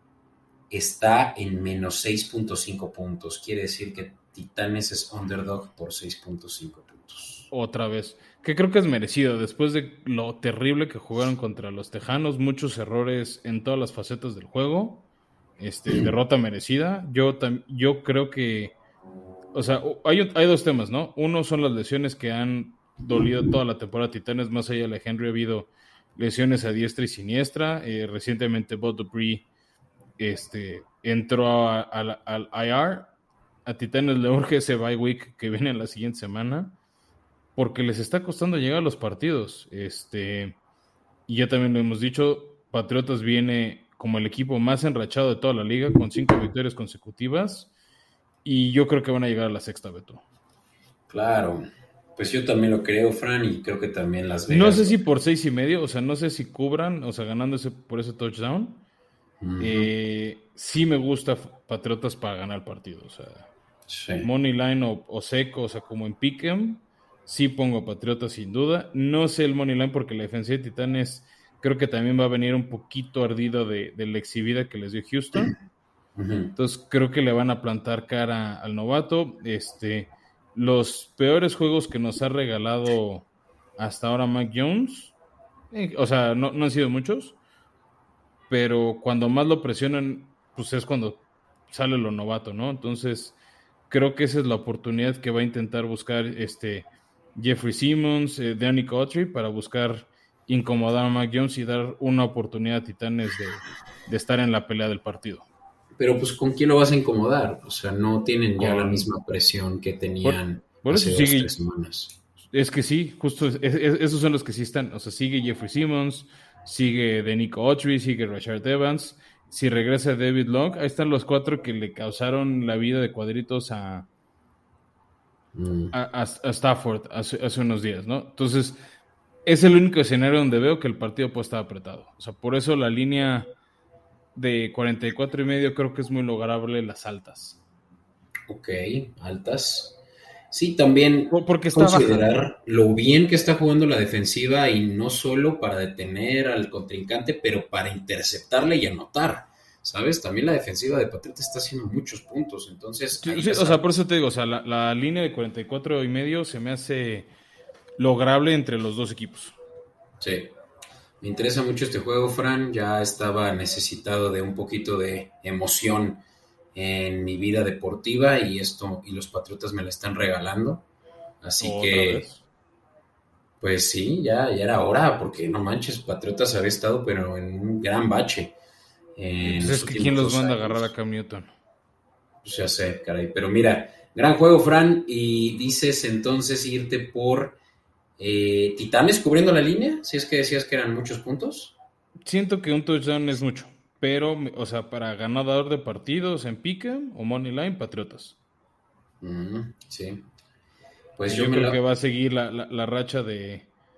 Speaker 2: Está en menos seis punto cinco puntos. Quiere decir que Titanes es underdog por seis punto cinco puntos.
Speaker 1: Otra vez. Que creo que es merecido. Después de lo terrible que jugaron contra los Tejanos, muchos errores en todas las facetas del juego. Este, derrota merecida. Yo, tam- yo creo que... O sea, hay, hay dos temas, ¿no? Uno son las lesiones que han dolido toda la temporada Titanes. Más allá de Henry ha habido lesiones a diestra y siniestra. Eh, recientemente Bud Dupree este, entró a, a, al I R. A Titanes le urge ese bye week que viene en la siguiente semana porque les está costando llegar a los partidos. Este, y ya también lo hemos dicho, Patriotas viene como el equipo más enrachado de toda la liga con cinco victorias consecutivas y yo creo que van a llegar a la sexta, Beto.
Speaker 2: Claro. Pues yo también lo creo, Fran, y creo que también Las Vegas.
Speaker 1: No sé si por seis y medio, o sea, no sé si cubran, o sea, ganando ese, por ese touchdown. Uh-huh. Eh, sí me gusta Patriotas para ganar el partido, o sea, sí. Money line o, o seco, o sea, como en Pick'em, sí pongo Patriotas sin duda. No sé el Money line porque la defensiva de Titanes creo que también va a venir un poquito ardido de, de la exhibida que les dio Houston. Uh-huh. Entonces creo que le van a plantar cara al novato. Este... Los peores juegos que nos ha regalado hasta ahora Mac Jones, eh, o sea, no, no han sido muchos, pero cuando más lo presionan, pues es cuando sale lo novato, ¿no? Entonces, creo que esa es la oportunidad que va a intentar buscar este Jeffrey Simmons, eh, Danny Autry, para buscar incomodar a Mac Jones y dar una oportunidad a Titanes de, de estar en la pelea del partido.
Speaker 2: Pero pues ¿con quién lo vas a incomodar? O sea, no tienen ya con... la misma presión que tenían
Speaker 1: por, por
Speaker 2: hace
Speaker 1: eso
Speaker 2: dos,
Speaker 1: sigue,
Speaker 2: tres semanas.
Speaker 1: Es que sí, justo es, es, esos son los que sí están. O sea, sigue Jeffrey Simmons, sigue Denico Autry, sigue Rashard Evans. Si regresa David Long, ahí están los cuatro que le causaron la vida de cuadritos a, mm. a, a, a Stafford hace, hace unos días, ¿no? Entonces, es el único escenario donde veo que el partido puede estar apretado. O sea, por eso la línea de cuarenta y cuatro y medio creo que es muy lograble las altas.
Speaker 2: Ok, altas. Sí, también
Speaker 1: porque está
Speaker 2: considerar
Speaker 1: baja.
Speaker 2: Lo bien que está jugando la defensiva y no solo para detener al contrincante, pero para interceptarle y anotar, ¿sabes? También la defensiva de Patriotas está haciendo muchos puntos, entonces...
Speaker 1: Sí, sí, o sea, por eso te digo, o sea, la, la línea de cuarenta y cuatro y medio se me hace lograble entre los dos equipos.
Speaker 2: Sí. Me interesa mucho este juego, Fran. Ya estaba necesitado de un poquito de emoción en mi vida deportiva y esto y los Patriotas me la están regalando. Así
Speaker 1: ¿Otra
Speaker 2: que,
Speaker 1: vez?
Speaker 2: Pues sí, ya, ya era hora, porque no manches, Patriotas había estado pero en un gran bache.
Speaker 1: Pues es que ¿quién los manda a agarrar a Cam Newton?
Speaker 2: Pues ya sé, caray. Pero mira, gran juego, Fran. Y dices entonces irte por... Eh, Titanes cubriendo la línea, si es que decías que eran muchos puntos.
Speaker 1: Siento que un touchdown es mucho, pero, o sea, para ganador de partidos en Pick'em o Moneyline, Patriotas.
Speaker 2: Mm, sí. Pues
Speaker 1: yo,
Speaker 2: yo
Speaker 1: creo
Speaker 2: la...
Speaker 1: que va a seguir la, la, la racha de,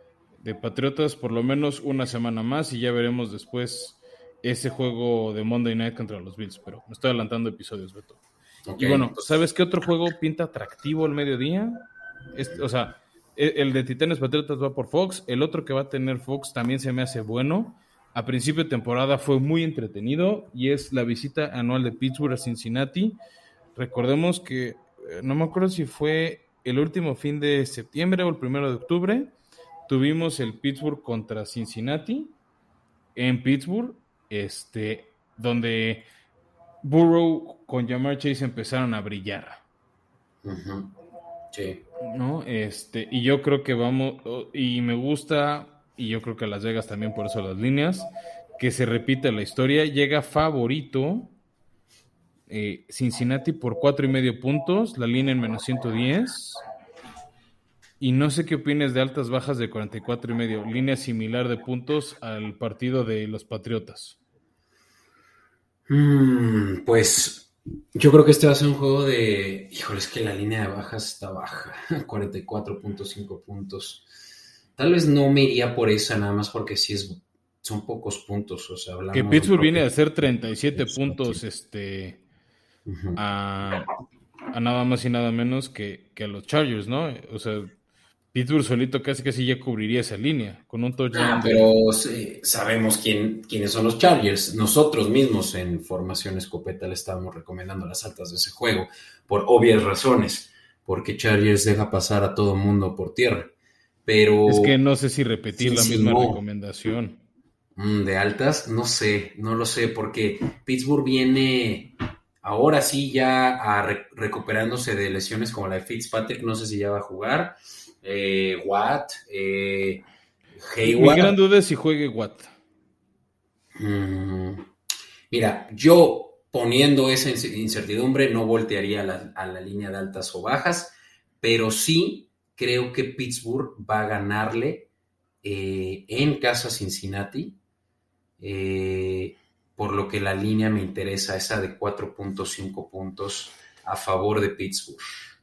Speaker 1: de Patriotas por lo menos una semana más y ya veremos después ese juego de Monday Night contra los Bills, pero me estoy adelantando episodios, Beto. Okay. Y bueno, ¿sabes qué otro juego pinta atractivo al mediodía? Este, o sea, el de Titanes Patriotas va por Fox, el otro que va a tener Fox también se me hace bueno. A principio de temporada fue muy entretenido y es la visita anual de Pittsburgh a Cincinnati. Recordemos que, no me acuerdo si fue el último fin de septiembre o el primero de octubre, tuvimos el Pittsburgh contra Cincinnati en Pittsburgh, este, donde Burrow con Ja'Marr Chase empezaron a brillar.
Speaker 2: Uh-huh. Sí.
Speaker 1: ¿No? Este, y yo creo que vamos, y me gusta, y yo creo que Las Vegas también, por eso las líneas, que se repite la historia. Llega favorito eh, Cincinnati por cuatro y medio puntos, la línea en menos ciento diez. Y no sé qué opines de altas bajas de cuarenta y cuatro y medio, línea similar de puntos al partido de los Patriotas.
Speaker 2: Mm, pues yo creo que este va a ser un juego de... Híjole, es que la línea de bajas está baja. cuarenta y cuatro punto cinco puntos. Tal vez no me iría por esa, nada más porque sí es, son pocos puntos. O sea, hablamos
Speaker 1: que Pittsburgh viene a hacer treinta y siete puntos este, uh-huh. a, a nada más y nada menos que, que a los Chargers, ¿no? O sea, Pittsburgh solito casi casi ya cubriría esa línea con un touchdown.
Speaker 2: Ah, pero sí, sabemos quién, quiénes son los Chargers. Nosotros mismos en Formación Escopeta le estábamos recomendando las altas de ese juego por obvias razones, porque Chargers deja pasar a todo mundo por tierra. Pero
Speaker 1: es que no sé si repetir sí, la misma
Speaker 2: sí, no.
Speaker 1: recomendación.
Speaker 2: De altas, no sé, no lo sé, porque Pittsburgh viene ahora sí ya a re- recuperándose de lesiones como la de Fitzpatrick, no sé si ya va a jugar. Eh, Watt, eh, Hayward.
Speaker 1: Mi gran duda es si juegue Watt.
Speaker 2: Mm, mira, yo poniendo esa incertidumbre no voltearía a la, a la línea de altas o bajas, pero sí creo que Pittsburgh va a ganarle eh, en casa Cincinnati, eh, por lo que la línea me interesa, esa de cuatro punto cinco puntos a favor de Pittsburgh.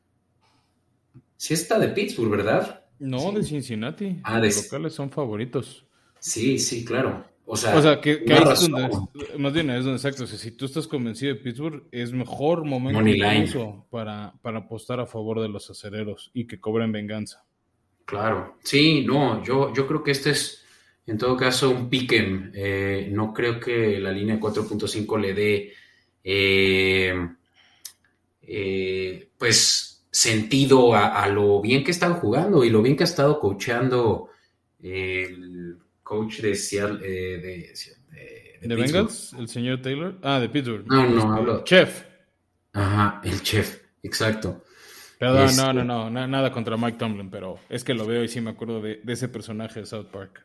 Speaker 2: Sí está de Pittsburgh, ¿verdad?
Speaker 1: No,
Speaker 2: sí.
Speaker 1: de Cincinnati.
Speaker 2: Ah,
Speaker 1: los
Speaker 2: de...
Speaker 1: locales son favoritos.
Speaker 2: Sí, sí, claro. O sea,
Speaker 1: o sea que, que ahí es donde, más bien es donde exacto. O sea, si tú estás convencido de Pittsburgh, es mejor momento incluso para, para apostar a favor de los acereros y que cobren venganza.
Speaker 2: Claro. Sí, no, yo, yo creo que este es, en todo caso, un pick'em. Eh, no creo que la línea cuatro punto cinco le dé, eh, eh, pues... sentido a, a lo bien que están jugando y lo bien que ha estado coacheando el coach de Seattle, eh, de, de,
Speaker 1: de, ¿De Bengals, el señor Taylor. Ah, de Pittsburgh.
Speaker 2: No, no,
Speaker 1: este,
Speaker 2: hablo.
Speaker 1: Chef.
Speaker 2: Ajá, el chef, exacto.
Speaker 1: Perdón, este... no, no, no, na, nada contra Mike Tomlin, pero es que lo veo y sí me acuerdo de, de ese personaje de South Park.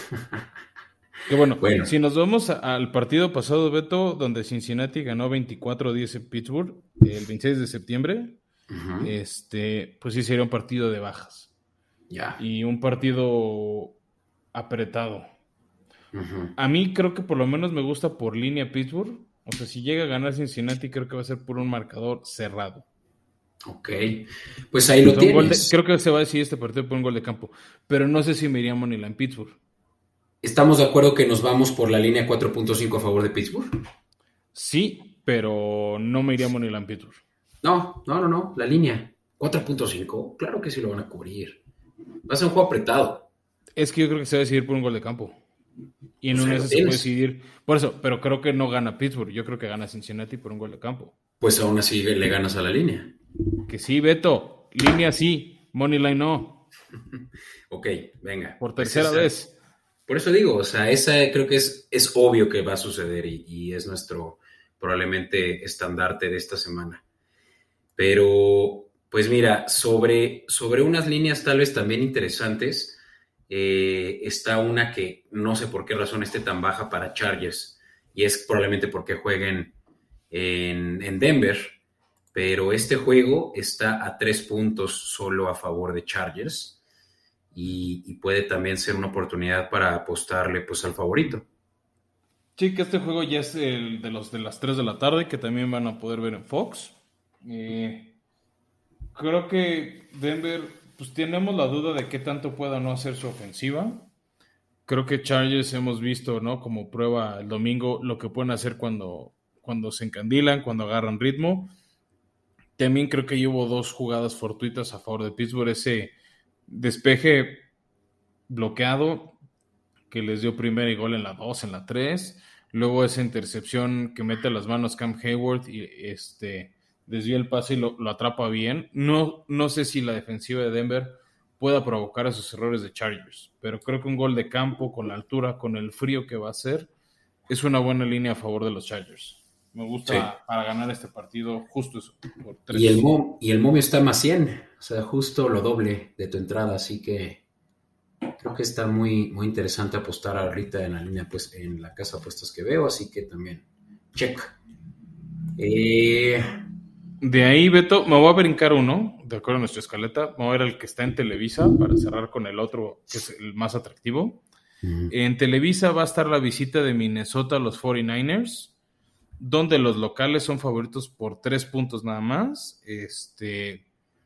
Speaker 1: Que bueno, bueno, si nos vamos a, al partido pasado, Beto, donde Cincinnati ganó veinticuatro a diez en Pittsburgh, el veintiséis de septiembre. Uh-huh. Este, pues sí sería un partido de bajas.
Speaker 2: Ya. Yeah.
Speaker 1: Y un partido apretado.
Speaker 2: Uh-huh.
Speaker 1: A mí creo que por lo menos me gusta por línea Pittsburgh. O sea, si llega a ganar Cincinnati, creo que va a ser por un marcador cerrado.
Speaker 2: Ok. Pues ahí lo tienes.
Speaker 1: Gol de, creo que se va a decidir este partido por un gol de campo. Pero no sé si me iría Moneyline Pittsburgh.
Speaker 2: ¿Estamos de acuerdo que nos vamos por la línea cuatro punto cinco a favor de Pittsburgh?
Speaker 1: Sí, pero no me iría Moneyline Pittsburgh.
Speaker 2: No, no, no, no, la línea cuatro punto cinco, claro que sí lo van a cubrir. Va a ser un juego apretado.
Speaker 1: Es que yo creo que se va a decidir por un gol de campo. Y en pues una de esas se puede decidir. Por eso, pero creo que no gana Pittsburgh. Yo creo que gana Cincinnati por un gol de campo.
Speaker 2: Pues aún así le ganas a la línea.
Speaker 1: Que sí, Beto. Línea sí, Moneyline no.
Speaker 2: Ok, venga.
Speaker 1: Por tercera
Speaker 2: pues
Speaker 1: vez.
Speaker 2: Por eso digo, o sea, esa creo que es, es obvio que va a suceder y, y es nuestro probablemente estandarte de esta semana. Pero, pues mira, sobre, sobre unas líneas tal vez también interesantes, eh, está una que no sé por qué razón esté tan baja para Chargers, y es probablemente porque jueguen en, en Denver, pero este juego está a tres puntos solo a favor de Chargers, y, y puede también ser una oportunidad para apostarle pues al favorito.
Speaker 1: Sí, que este juego ya es el de los de las tres de la tarde, que también van a poder ver en Fox. Eh, creo que Denver pues tenemos la duda de qué tanto pueda o no hacer su ofensiva. Creo que Chargers hemos visto, ¿no? Como prueba el domingo lo que pueden hacer cuando, cuando se encandilan, cuando agarran ritmo. También creo que hubo dos jugadas fortuitas a favor de Pittsburgh. Ese despeje bloqueado que les dio primera y gol en la dos, en la tres. Luego esa intercepción que mete las manos Cam Hayward y este, desvía el pase y lo, lo atrapa bien. No, no sé si la defensiva de Denver pueda provocar esos errores de Chargers, pero creo que un gol de campo con la altura, con el frío que va a ser, es una buena línea a favor de los Chargers. Me gusta sí. Para ganar este partido justo eso. Por tres.
Speaker 2: Y, el mom, y el momio está más cien, o sea, justo lo doble de tu entrada, así que creo que está muy, muy interesante apostar ahorita en la línea, pues en la casa de apuestas que veo, así que también check. Eh...
Speaker 1: De ahí, Beto, me voy a brincar uno, de acuerdo a nuestra escaleta. Vamos a ver el que está en Televisa para cerrar con el otro, que es el más atractivo. Uh-huh. En Televisa va a estar la visita de Minnesota a los cuarenta y nueve ers, donde los locales son favoritos por tres puntos nada más. Este...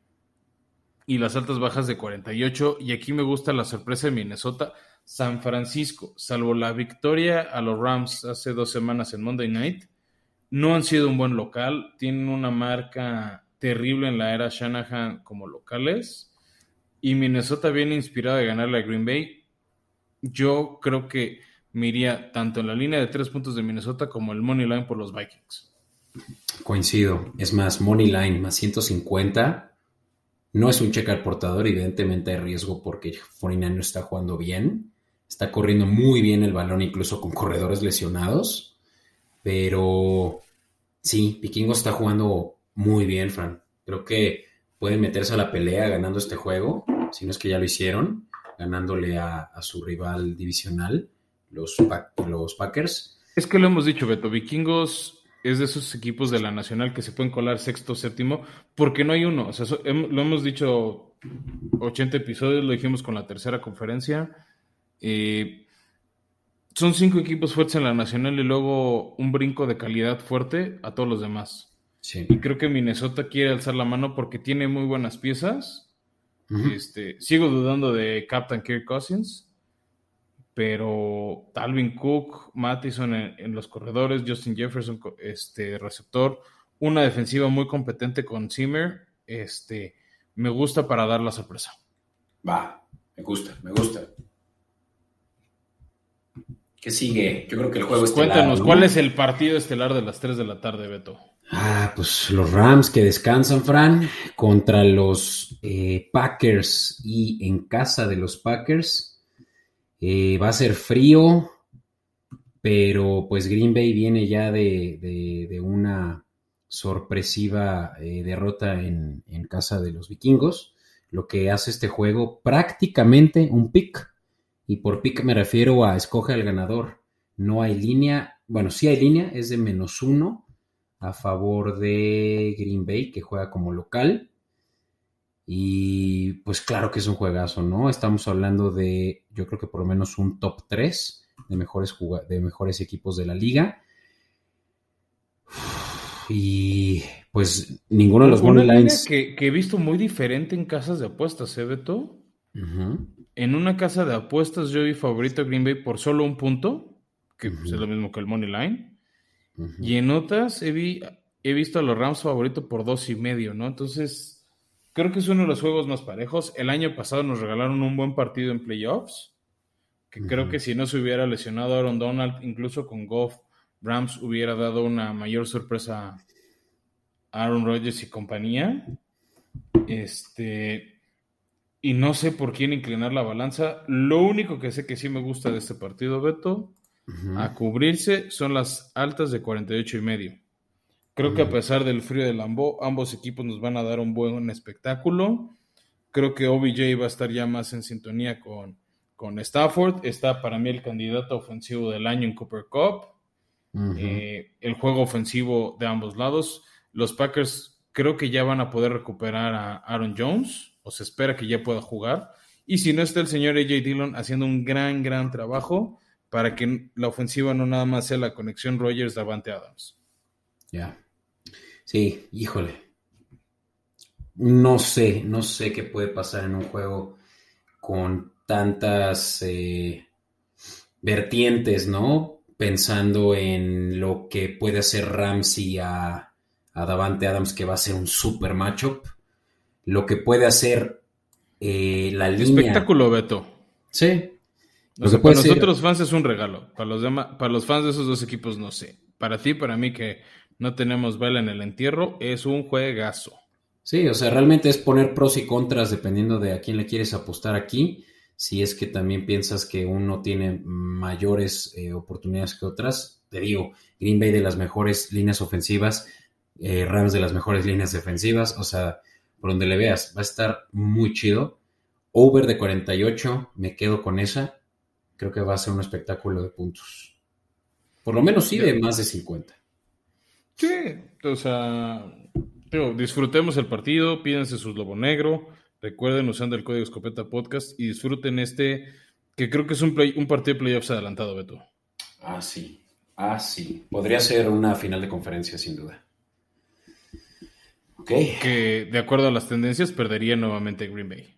Speaker 1: Y las altas bajas de cuarenta y ocho. Y aquí me gusta la sorpresa de Minnesota. San Francisco, salvo la victoria a los Rams hace dos semanas en Monday Night, no han sido un buen local. Tienen una marca terrible en la era Shanahan como locales. Y Minnesota viene inspirado de ganarle a Green Bay. Yo creo que me iría tanto en la línea de tres puntos de Minnesota como el money line por los Vikings.
Speaker 2: Coincido. Es más, money line más ciento cincuenta. No es un cheque al portador, evidentemente hay riesgo porque cuarenta y nueve está jugando bien, está corriendo muy bien el balón, incluso con corredores lesionados, pero sí, Vikingos está jugando muy bien, Fran. Creo que pueden meterse a la pelea ganando este juego, si no es que ya lo hicieron, ganándole a, a su rival divisional, los, los Packers.
Speaker 1: Es que lo hemos dicho, Beto, Vikingos es de esos equipos de la Nacional que se pueden colar sexto, séptimo, porque no hay uno. O sea, eso, hem, lo hemos dicho ochenta episodios, lo dijimos con la tercera conferencia. Eh, son cinco equipos fuertes en la Nacional y luego un brinco de calidad fuerte a todos los demás.
Speaker 2: Sí.
Speaker 1: Y creo que Minnesota quiere alzar la mano porque tiene muy buenas piezas. Uh-huh. Este, sigo dudando de Captain Kirk Cousins, pero Dalvin Cook, Mattison en, en los corredores, Justin Jefferson este receptor, una defensiva muy competente con Zimmer, este, me gusta para dar la sorpresa.
Speaker 2: Va, me gusta, me gusta. ¿Qué sigue? Yo creo que el juego
Speaker 1: pues
Speaker 2: estelar,
Speaker 1: cuéntanos,
Speaker 2: ¿no?
Speaker 1: ¿cuál es el partido estelar de las tres de la tarde, Beto?
Speaker 2: Ah, pues los Rams que descansan, Fran, contra los eh, Packers, y en casa de los Packers. Eh, va a ser frío, pero pues Green Bay viene ya de, de, de una sorpresiva eh, derrota en, en casa de los Vikingos, lo que hace este juego prácticamente un pick, y por pick me refiero a escoge al ganador. No hay línea, bueno, sí hay línea, es de menos uno a favor de Green Bay, que juega como local. Y pues claro que es un juegazo, ¿no? Estamos hablando de, yo creo que por lo menos un top tres de mejores, jug- de mejores equipos de la liga. Y pues ninguno de los
Speaker 1: Una
Speaker 2: money lines
Speaker 1: que, que he visto muy diferente en casas de apuestas, ¿eh, Beto?
Speaker 2: Uh-huh.
Speaker 1: En una casa de apuestas yo vi favorito a Green Bay por solo un punto, que uh-huh. pues, es lo mismo que el money line. Uh-huh. Y en otras he, vi, he visto a los Rams favorito por dos y medio, ¿no? Entonces creo que es uno de los juegos más parejos. El año pasado nos regalaron un buen partido en playoffs, que uh-huh. creo que si no se hubiera lesionado Aaron Donald, incluso con Goff, Rams hubiera dado una mayor sorpresa a Aaron Rodgers y compañía. Este, y no sé por quién inclinar la balanza. Lo único que sé que sí me gusta de este partido, Beto, uh-huh. a cubrirse, son las altas de cuarenta y ocho y medio. Creo uh-huh. que a pesar del frío de Lambeau, ambos equipos nos van a dar un buen espectáculo. Creo que O B J va a estar ya más en sintonía con, con Stafford. Está para mí el candidato ofensivo del año en Cooper Kupp. Uh-huh. Eh, el juego ofensivo de ambos lados. Los Packers creo que ya van a poder recuperar a Aaron Jones, o se espera que ya pueda jugar. Y si no, está el señor A J Dillon haciendo un gran, gran trabajo para que la ofensiva no nada más sea la conexión Rodgers-Davante Adams.
Speaker 2: Ya. Yeah. Sí, híjole. no sé, no sé qué puede pasar en un juego con tantas eh, vertientes, ¿no? Pensando en lo que puede hacer Ramsey a, a Davante Adams, que va a ser un super matchup, lo que puede hacer eh, la línea.
Speaker 1: Espectáculo, Beto.
Speaker 2: Sí.
Speaker 1: O
Speaker 2: Lo que
Speaker 1: sea, para
Speaker 2: puede ser.
Speaker 1: nosotros fans es un regalo. Para los demás, para los fans de esos dos equipos, no sé. Para ti, para mí, que no tenemos vela en el entierro, es un juegazo.
Speaker 2: Sí, o sea, realmente es poner pros y contras dependiendo de a quién le quieres apostar aquí. Si es que también piensas que uno tiene mayores eh, oportunidades que otras, te digo, Green Bay de las mejores líneas ofensivas, eh, Rams de las mejores líneas defensivas, o sea, por donde le veas, va a estar muy chido. Over de cuarenta y ocho, me quedo con esa. Creo que va a ser un espectáculo de puntos. Por lo menos sí de más de cincuenta.
Speaker 1: Sí, o sea, digo, disfrutemos el partido, pídense su lobo negro, recuerden usando el código Escopeta Podcast y disfruten este, que creo que es un, play, un partido de playoffs adelantado, Beto.
Speaker 2: Ah, sí. Ah, sí. Podría ser una final de conferencia, sin duda. Ok.
Speaker 1: Que, de acuerdo a las tendencias, perdería nuevamente Green Bay.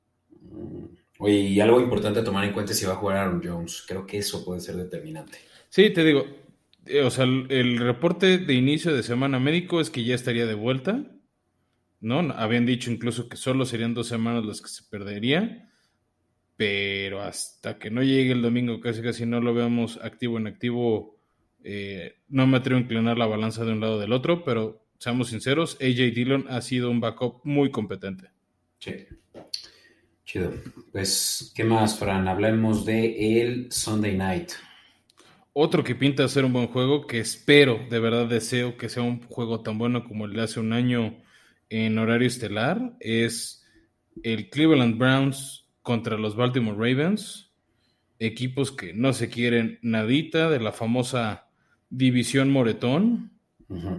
Speaker 2: Oye, y algo importante a tomar en cuenta es si va a jugar Aaron Jones. Creo que eso puede ser determinante.
Speaker 1: Sí, te digo, eh, o sea, el, el reporte de inicio de semana médico es que ya estaría de vuelta, ¿no? Habían dicho incluso que solo serían dos semanas las que se perdería, pero hasta que no llegue el domingo, casi casi no lo veamos activo en activo, eh, no me atrevo a inclinar la balanza de un lado o del otro, pero seamos sinceros, A J Dillon ha sido un backup muy competente.
Speaker 2: Sí. Chido. Pues, ¿qué más, Fran? Hablemos de el Sunday Night.
Speaker 1: Otro que pinta ser un buen juego, que espero, de verdad deseo que sea un juego tan bueno como el de hace un año en horario estelar, es el Cleveland Browns contra los Baltimore Ravens, equipos que no se quieren nadita de la famosa división Moretón,
Speaker 2: Uh-huh.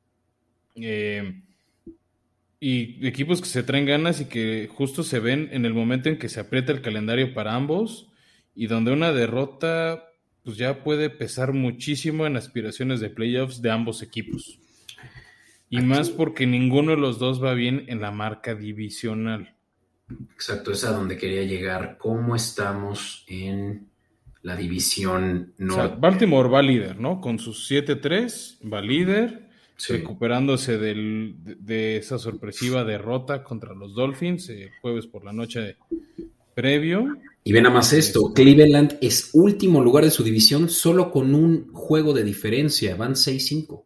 Speaker 1: eh, y equipos que se traen ganas y que justo se ven en el momento en que se aprieta el calendario para ambos y donde una derrota pues ya puede pesar muchísimo en aspiraciones de playoffs de ambos equipos. Y Aquí. Más porque ninguno de los dos va bien en la marca divisional.
Speaker 2: Exacto, es a donde quería llegar. ¿Cómo estamos en la división norte?
Speaker 1: O sea, Baltimore va líder, ¿no? Con sus siete tres va líder, sí. Recuperándose del, de, de esa sorpresiva derrota contra los Dolphins el eh, jueves por la noche previo.
Speaker 2: Y ven a más esto, este... Cleveland es último lugar de su división solo con un juego de diferencia, van seis cinco.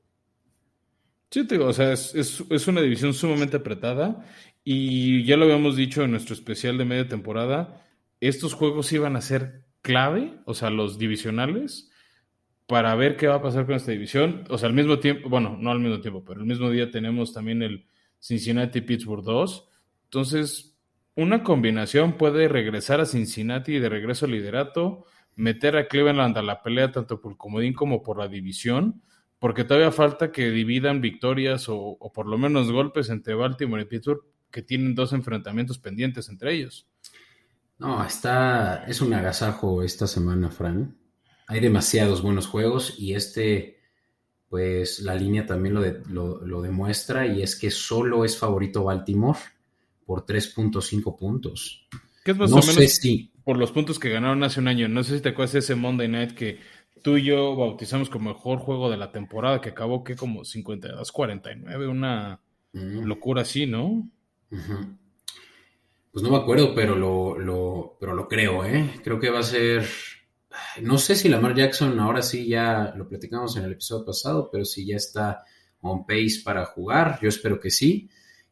Speaker 1: Sí, te digo, o sea, es, es, es una división sumamente apretada y ya lo habíamos dicho en nuestro especial de media temporada, estos juegos iban a ser clave, o sea, los divisionales, para ver qué va a pasar con esta división. O sea, al mismo tiempo, bueno, no al mismo tiempo, pero el mismo día tenemos también el Cincinnati-Pittsburgh dos. Entonces, una combinación puede regresar a Cincinnati de regreso al liderato, meter a Cleveland a la pelea tanto por comodín como por la división, porque todavía falta que dividan victorias o, o por lo menos golpes entre Baltimore y Pittsburgh, que tienen dos enfrentamientos pendientes entre ellos.
Speaker 2: No, está, es un agasajo esta semana, Fran. Hay demasiados buenos juegos y este, pues la línea también lo, de, lo, lo demuestra y es que solo es favorito Baltimore por tres punto cinco puntos.
Speaker 1: ¿Qué es más no o menos sé si... por los puntos que ganaron hace un año? No sé si te acuerdas de ese Monday Night que tú y yo bautizamos como mejor juego de la temporada, que acabó que como cincuenta y dos cuarenta y nueve, una mm. locura así, ¿no?
Speaker 2: Uh-huh. Pues no me acuerdo, pero lo, lo, pero lo creo, ¿eh? Creo que va a ser... No sé si Lamar Jackson ahora sí ya lo platicamos en el episodio pasado, pero si ya está on pace para jugar, yo espero que sí.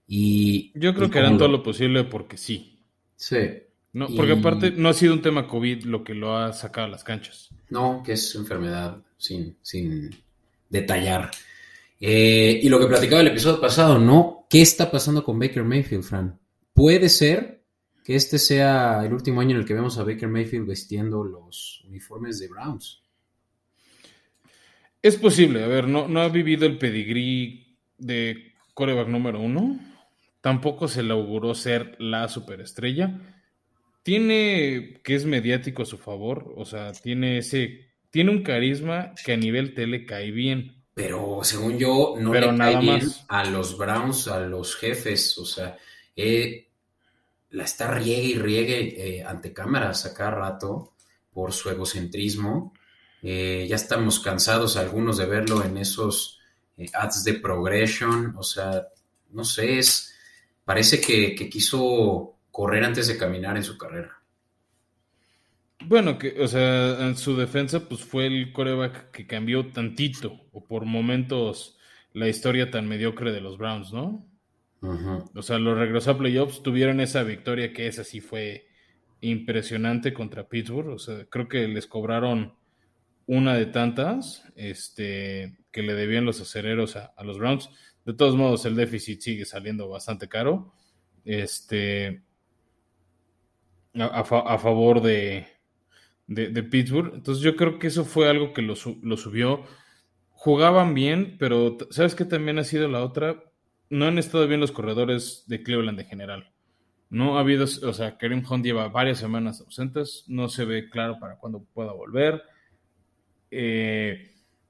Speaker 2: Y
Speaker 1: yo creo
Speaker 2: y
Speaker 1: que harán lo... todo lo posible porque sí.
Speaker 2: Sí.
Speaker 1: No, porque y... aparte no ha sido un tema COVID lo que lo ha sacado a las canchas.
Speaker 2: No, que es enfermedad sin, sin detallar. Eh, y lo que platicaba el episodio pasado, ¿no? ¿Qué está pasando con Baker Mayfield, Fran? Puede ser que este sea el último año en el que vemos a Baker Mayfield vestiendo los uniformes de Browns.
Speaker 1: Es posible, a ver, no, no ha vivido el pedigrí de quarterback número uno, tampoco se le auguró ser la superestrella. Tiene que es mediático a su favor, o sea, tiene ese, tiene un carisma que a nivel tele cae bien.
Speaker 2: pero según yo no
Speaker 1: pero
Speaker 2: le
Speaker 1: nada
Speaker 2: cae bien
Speaker 1: más.
Speaker 2: a los Browns, a los jefes, o sea, eh, la está riegue y riegue eh, ante cámaras a cada rato por su egocentrismo. Eh, ya estamos cansados algunos de verlo en esos eh, ads de progression, o sea, no sé, es, parece que, que quiso correr antes de caminar en su carrera.
Speaker 1: Bueno, que, o sea, en su defensa, pues fue el quarterback que cambió tantito, o por momentos, la historia tan mediocre de los Browns, ¿no?
Speaker 2: Uh-huh.
Speaker 1: O sea, lo regresó a playoffs, tuvieron esa victoria que esa sí fue impresionante contra Pittsburgh. O sea, creo que les cobraron una de tantas este, que le debían los acereros a, a los Browns. De todos modos, el déficit sigue saliendo bastante caro. Este, a, a, fa, a favor de, de, de Pittsburgh. Entonces yo creo que eso fue algo que lo, lo subió. Jugaban bien, pero ¿sabes qué también ha sido la otra? No han estado bien los corredores de Cleveland en general. No ha habido, o sea, Kareem Hunt lleva varias semanas ausentes, no se ve claro para cuándo pueda volver. Eh,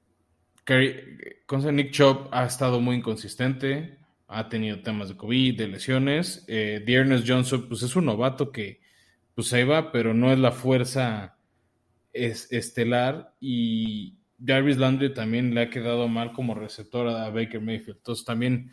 Speaker 1: Nick Chubb ha estado muy inconsistente, ha tenido temas de COVID, de lesiones. Eh, Dearness Johnson, pues es un novato que pues ahí va, pero no es la fuerza es, estelar. Y Jarvis Landry también le ha quedado mal como receptor a Baker Mayfield. Entonces también,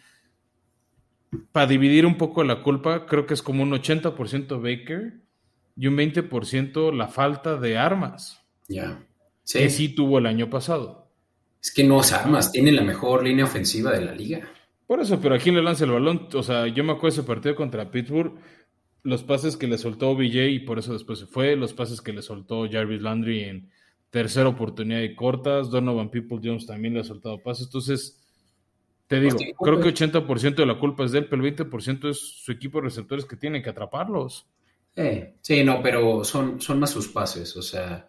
Speaker 1: para dividir un poco la culpa, creo que es como un ochenta por ciento Baker y un veinte por ciento la falta de armas.
Speaker 2: Ya. Yeah. Sí.
Speaker 1: Que sí tuvo el año pasado.
Speaker 2: Es que no es armas, tiene la mejor línea ofensiva de la liga.
Speaker 1: Por eso, pero ¿a quién le lanza el balón? O sea, yo me acuerdo de ese partido contra Pittsburgh, los pases que le soltó O B J y por eso después se fue, los pases que le soltó Jarvis Landry en tercera oportunidad y cortas, Donovan Peoples-Jones también le ha soltado pases. Entonces, te digo, Hostia, creo que ochenta por ciento de la culpa es de él, pero el veinte por ciento es su equipo de receptores que tiene que atraparlos.
Speaker 2: Eh, sí, no, pero son, son más sus pases, o sea,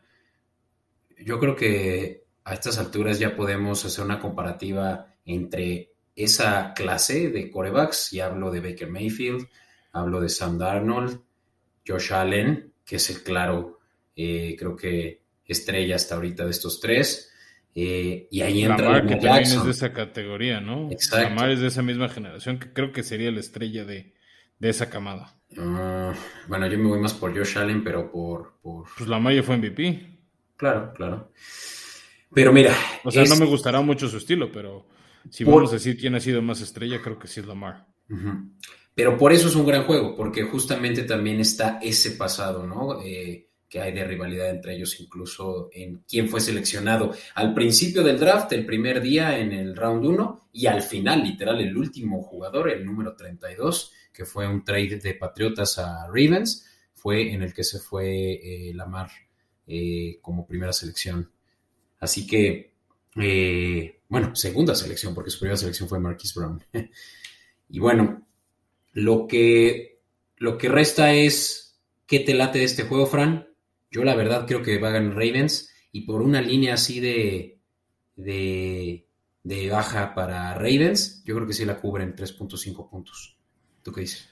Speaker 2: yo creo que a estas alturas ya podemos hacer una comparativa entre esa clase de quarterbacks, y hablo de Baker Mayfield, hablo de Sam Darnold, Josh Allen, que es el claro, eh, creo que estrella hasta ahorita de estos tres, eh, y ahí entra
Speaker 1: Lamar, Lamar que también Jackson. Es de esa categoría, ¿no?
Speaker 2: Exacto.
Speaker 1: Lamar es de esa misma generación, que creo que sería la estrella de, de esa camada.
Speaker 2: Uh, bueno, yo me voy más por Josh Allen, pero por... por...
Speaker 1: Pues Lamar ya fue M V P.
Speaker 2: Claro, claro. Pero mira...
Speaker 1: O sea, es... no me gustará mucho su estilo, pero si por... vamos a decir quién ha sido más estrella, creo que sí es Lamar.
Speaker 2: Uh-huh. Pero por eso es un gran juego, porque justamente también está ese pasado, ¿no? Eh, que hay de rivalidad entre ellos, incluso en quién fue seleccionado al principio del draft, el primer día en el round uno, y al final, literal, el último jugador, el número treinta y dos, que fue un trade de Patriotas a Ravens, fue en el que se fue eh, Lamar eh, como primera selección. Así que, eh, bueno, segunda selección, porque su primera selección fue Marquise Brown. Y bueno, lo que, lo que resta es, ¿qué te late de este juego, Fran? Yo la verdad creo que va a ganar Ravens, y por una línea así de, de, de baja para Ravens, yo creo que sí la cubren tres punto cinco puntos. ¿Tú qué dices?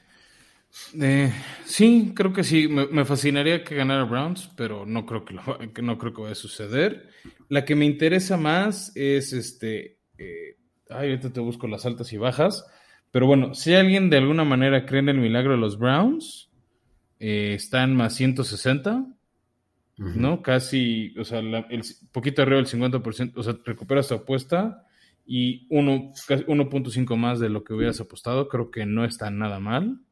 Speaker 1: Eh, sí, creo que sí. Me, me fascinaría que ganara Browns, pero no creo que, lo, que no creo que vaya a suceder. La que me interesa más es este. Eh, ay, ahorita te busco las altas y bajas. Pero bueno, si alguien de alguna manera cree en el milagro de los Browns, eh, está en más ciento sesenta. Uh-huh. ¿No? Casi, o sea, la, el poquito arriba del cincuenta por ciento, o sea, recuperas tu apuesta y uno punto cinco más de lo que hubieras apostado. Creo que no está nada mal.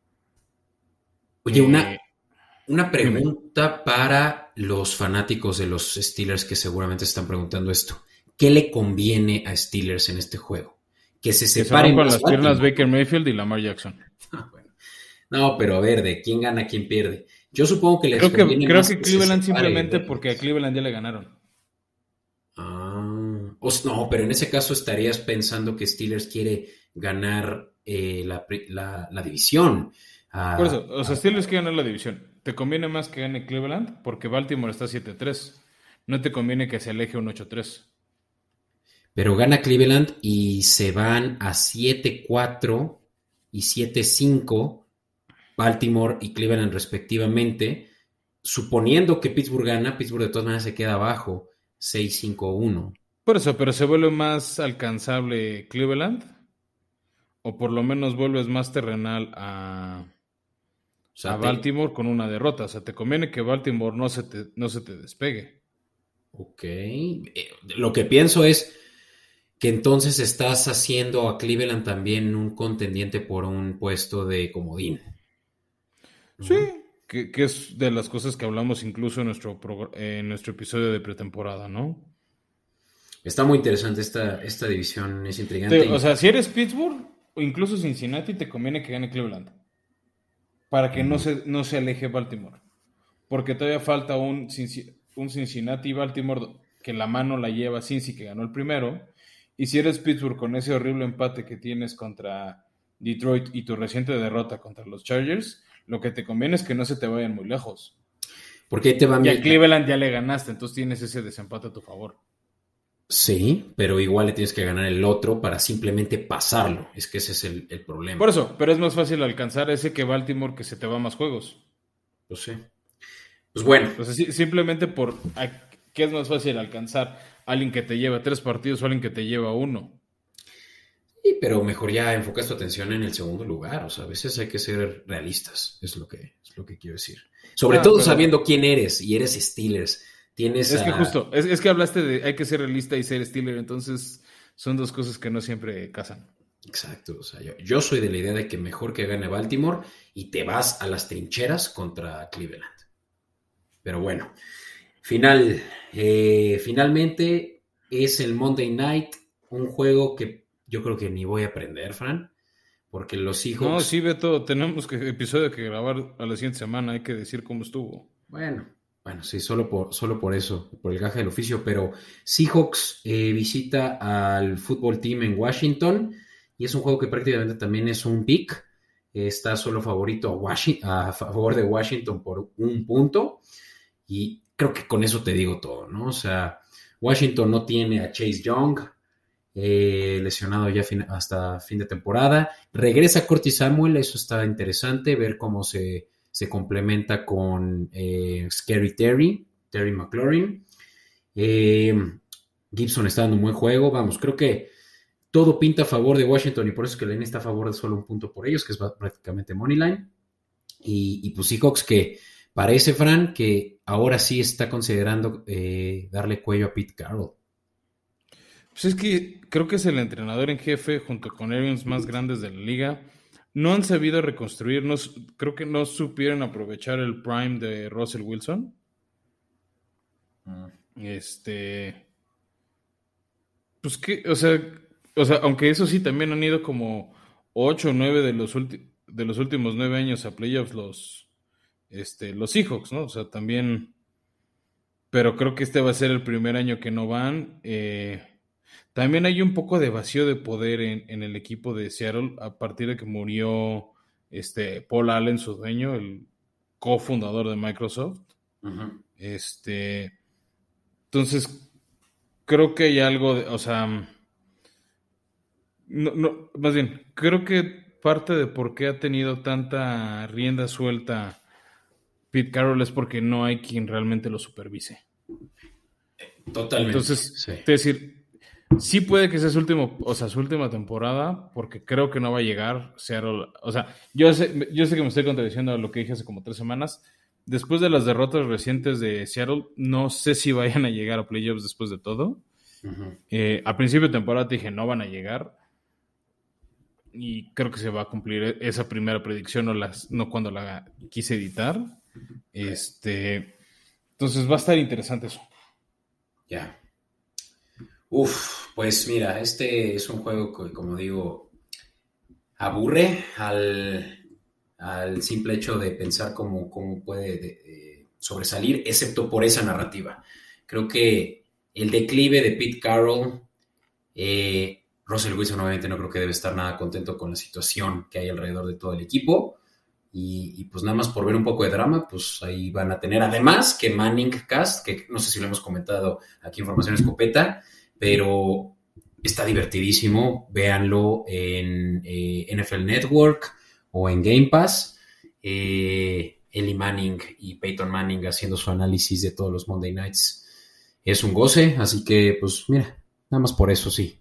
Speaker 2: Oye, eh, una, una pregunta dime. Para los fanáticos de los Steelers que seguramente están preguntando esto. ¿Qué le conviene a Steelers en este juego? Que se separen
Speaker 1: con las piernas Baker Mayfield y Lamar Jackson.
Speaker 2: Ah, bueno. No, pero a ver, ¿de quién gana, quién pierde? Yo supongo que les
Speaker 1: creo
Speaker 2: conviene
Speaker 1: que, creo
Speaker 2: más
Speaker 1: que Cleveland simplemente porque a Cleveland ya le ganaron.
Speaker 2: Ah, o, no, pero en ese caso estarías pensando que Steelers quiere ganar eh, la, la, la división.
Speaker 1: Ah, Por eso, o sea, ah, Steelers quiere ganar la división. Te conviene más que gane Cleveland porque Baltimore está siete tres. No te conviene que se aleje un ocho tres.
Speaker 2: Pero gana Cleveland y se van a siete cuatro y siete cinco Baltimore y Cleveland respectivamente, suponiendo que Pittsburgh gana. Pittsburgh de todas maneras se queda abajo seis cinco uno.
Speaker 1: Por eso, pero se vuelve más alcanzable Cleveland, o por lo menos vuelves más terrenal a, o sea, a Baltimore te... con una derrota. O sea, te conviene que Baltimore no se te, no se te despegue.
Speaker 2: Ok. Eh, lo que pienso es que entonces estás haciendo a Cleveland también un contendiente por un puesto de comodín.
Speaker 1: Sí, uh-huh. que, que es de las cosas que hablamos incluso en nuestro, en nuestro episodio de pretemporada, ¿no?
Speaker 2: Está muy interesante esta, esta división, es intrigante.
Speaker 1: Te, o sea, si eres Pittsburgh o incluso Cincinnati, te conviene que gane Cleveland para que uh-huh. no, se, no se aleje Baltimore. Porque todavía falta un, un Cincinnati y Baltimore que la mano la lleva Cincy, que ganó el primero. Y si eres Pittsburgh con ese horrible empate que tienes contra Detroit y tu reciente derrota contra los Chargers, lo que te conviene es que no se te vayan muy lejos.
Speaker 2: Porque te va
Speaker 1: y a Cleveland ya le ganaste, entonces tienes ese desempate a tu favor.
Speaker 2: Sí, pero igual le tienes que ganar el otro para simplemente pasarlo. Es que ese es el, el problema.
Speaker 1: Por eso, pero es más fácil alcanzar ese que Baltimore, que se te va más juegos.
Speaker 2: Pues sí. Pues bueno.
Speaker 1: O sea, sí, simplemente por ¿qué es más fácil alcanzar? ¿Alguien que te lleva tres partidos o alguien que te lleva uno?
Speaker 2: Sí, pero mejor ya enfocas tu atención en el segundo lugar. O sea, a veces hay que ser realistas, es lo que, es lo que quiero decir. Sobre ah, todo pero... sabiendo quién eres, y eres Steelers. Tienes
Speaker 1: es
Speaker 2: a...
Speaker 1: que justo, es, es que hablaste de hay que ser realista y ser Steeler, entonces son dos cosas que no siempre casan.
Speaker 2: Exacto, o sea, yo, yo soy de la idea de que mejor que gane Baltimore y te vas a las trincheras contra Cleveland. Pero bueno, final, eh, finalmente es el Monday Night, un juego que yo creo que ni voy a aprender, Fran, porque los Seahawks...
Speaker 1: No, sí, Beto, tenemos que episodio que grabar a la siguiente semana, hay que decir cómo estuvo.
Speaker 2: Bueno, bueno, sí, solo por, solo por eso, por el gaje del oficio, pero Seahawks eh, visita al Football Team en Washington y es un juego que prácticamente también es un pick, eh, está solo favorito a, Washington, a favor de Washington por un punto. Y creo que con eso te digo todo, ¿no? O sea, Washington no tiene a Chase Young, eh, lesionado ya fin, hasta fin de temporada. Regresa Curtis Samuel, eso está interesante, ver cómo se, se complementa con eh, Scary Terry, Terry McLaurin. Eh, Gibson está dando un buen juego, vamos, creo que todo pinta a favor de Washington y por eso es que la línea está a favor de solo un punto por ellos, que es prácticamente Moneyline. Y, y pues Seahawks que parece, Fran, que ahora sí está considerando eh, darle cuello a Pete Carroll.
Speaker 1: Pues es que creo que es el entrenador en jefe junto con Arians más grandes de la liga. No han sabido reconstruir, no, creo que no supieron aprovechar el prime de Russell Wilson. Mm. Este, pues que, o sea, o sea, aunque eso sí, también han ido como ocho o nueve de los, ulti- de los últimos nueve años a playoffs los Este, los Seahawks, ¿no? O sea, también, pero creo que este va a ser el primer año que no van. Eh, también hay un poco de vacío de poder en, en el equipo de Seattle a partir de que murió este, Paul Allen, su dueño, el cofundador de Microsoft. Uh-huh. Este, entonces, creo que hay algo de, o sea, no, no, más bien, creo que parte de por qué ha tenido tanta rienda suelta Pete Carroll es porque no hay quien realmente lo supervise.
Speaker 2: Totalmente.
Speaker 1: Entonces,
Speaker 2: sí.
Speaker 1: Es decir, sí puede que sea su último, o sea, su última temporada, porque creo que no va a llegar Seattle. O sea, yo sé, yo sé que me estoy contradiciendo a lo que dije hace como tres semanas. Después de las derrotas recientes de Seattle, no sé si vayan a llegar a playoffs después de todo. Uh-huh. Eh, a principio de temporada te dije, no van a llegar. Y creo que se va a cumplir esa primera predicción, no, las, no cuando la quise editar. Este, entonces va a estar interesante eso.
Speaker 2: Ya. Uf, pues mira, este es un juego que, como digo, aburre al, al simple hecho de pensar cómo, cómo puede de, de sobresalir, excepto por esa narrativa. Creo que el declive de Pete Carroll, eh, Russell Wilson obviamente no creo que debe estar nada contento con la situación que hay alrededor de todo el equipo. Y, y pues nada más por ver un poco de drama, pues ahí van a tener, además que Manning Cast, que no sé si lo hemos comentado aquí en Formación Escopeta, pero está divertidísimo, véanlo en eh, N F L Network o en Game Pass. eh, Eli Manning y Peyton Manning haciendo su análisis de todos los Monday Nights es un goce, así que pues mira, Nada más por eso, sí.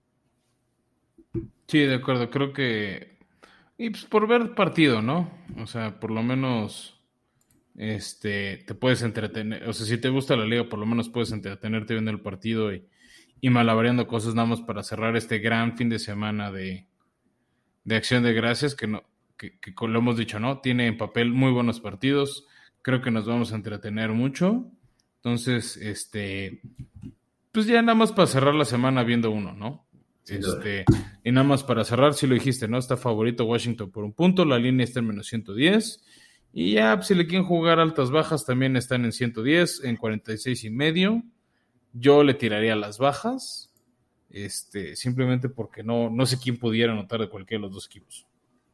Speaker 1: Sí, de acuerdo. Creo que... Y pues por ver partido, ¿no? O sea, por lo menos este, te puedes entretener. O sea, si te gusta la liga, por lo menos puedes entretenerte viendo el partido y, y malabareando cosas nada más para cerrar este gran fin de semana de, de Acción de Gracias, que, no, que, que lo hemos dicho, ¿no? Tiene en papel muy buenos partidos. Creo que nos vamos a entretener mucho. Entonces, este... pues ya nada más para cerrar la semana viendo uno, ¿no? Este, y nada más para cerrar, si lo dijiste, ¿no? Está favorito Washington por un punto, la línea está en menos ciento diez. Y ya, pues, si le quieren jugar altas bajas, también están en ciento diez, en cuarenta y seis y medio. Yo le tiraría las bajas, este, simplemente porque no, no sé quién pudiera anotar de cualquiera de los dos equipos.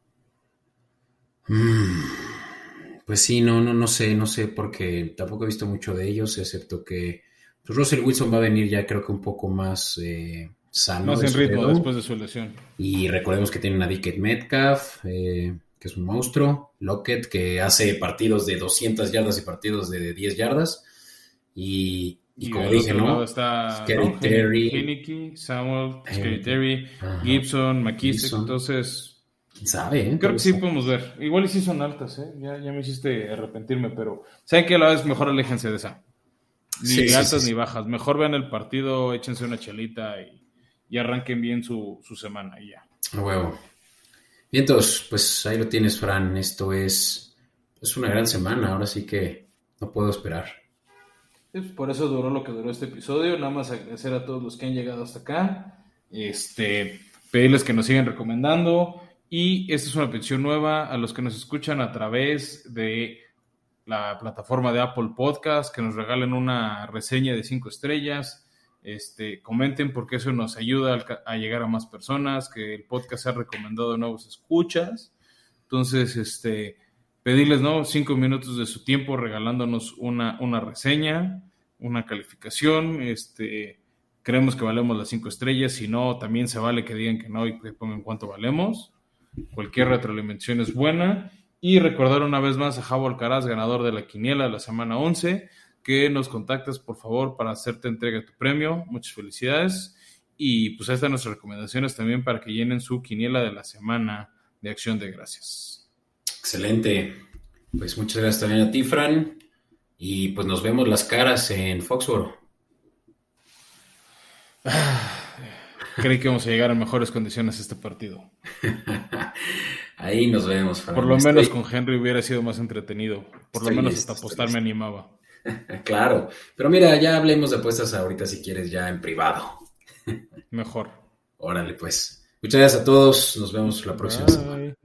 Speaker 2: Mm, pues sí, no, no, no sé, no sé, porque tampoco he visto mucho de ellos, excepto que pues Russell Wilson va a venir ya creo que un poco más eh, sano.
Speaker 1: Más
Speaker 2: de
Speaker 1: en
Speaker 2: su
Speaker 1: ritmo
Speaker 2: dedo.
Speaker 1: después de su lesión.
Speaker 2: Y recordemos que tienen a D K Metcalf, eh, que es un monstruo, Lockett, que hace partidos de doscientas yardas y partidos de diez yardas. Y, y, y como dije, ¿no?
Speaker 1: Está
Speaker 2: Scary
Speaker 1: ¿no?
Speaker 2: Terry,
Speaker 1: Heineke, Samuel, Scary Terry, Gibson, McKissick,
Speaker 2: Gibson.
Speaker 1: Entonces...
Speaker 2: ¿Quién sabe? Eh?
Speaker 1: Creo que sí podemos ver. Igual y sí son altas, ¿eh? Ya, ya me hiciste arrepentirme, pero saben que a la vez mejor aléjense de esa. Ni
Speaker 2: sí,
Speaker 1: altas
Speaker 2: sí, sí,
Speaker 1: ni
Speaker 2: sí.
Speaker 1: bajas. Mejor vean el partido, échense una chelita y, y arranquen bien su, su semana y ya.
Speaker 2: A huevo. Bien, entonces, pues ahí lo tienes, Fran. Esto es, es una gran semana. Ahora sí que no puedo esperar.
Speaker 1: Por eso duró lo que duró este episodio. Nada más agradecer a todos los que han llegado hasta acá. Este, pedirles que nos sigan recomendando. Y esta es una petición nueva a los que nos escuchan a través de la plataforma de Apple Podcast, que nos regalen una reseña de cinco estrellas. Este, comenten porque eso nos ayuda a llegar a más personas, que el podcast sea recomendado a nuevos escuchas. Entonces, este, pedirles, ¿no? Cinco minutos de su tiempo regalándonos una, una reseña, una calificación. Este, creemos que valemos las cinco estrellas. Si no, también se vale que digan que no y que pongan cuánto valemos. Cualquier retroalimentación es buena. Y recordar una vez más a Javo Alcaraz, ganador de la quiniela de la semana once, que nos contactes, por favor, para hacerte entrega de tu premio. Muchas felicidades. Y pues ahí están nuestras recomendaciones también para que llenen su quiniela de la semana de Acción de Gracias.
Speaker 2: Excelente. Pues muchas gracias también a ti, Fran. Y pues nos vemos las caras en Foxboro.
Speaker 1: Creí que vamos a llegar a mejores condiciones a este partido.
Speaker 2: Ahí nos vemos, Fran.
Speaker 1: Por lo Estoy... menos con Henry hubiera sido más entretenido. Por
Speaker 2: estoy
Speaker 1: lo menos
Speaker 2: listo,
Speaker 1: hasta apostar me animaba.
Speaker 2: Claro. Pero mira, ya hablemos de apuestas ahorita si quieres ya en privado.
Speaker 1: Mejor.
Speaker 2: Órale, pues. Muchas gracias a todos. Nos vemos la próxima
Speaker 1: Bye.
Speaker 2: semana.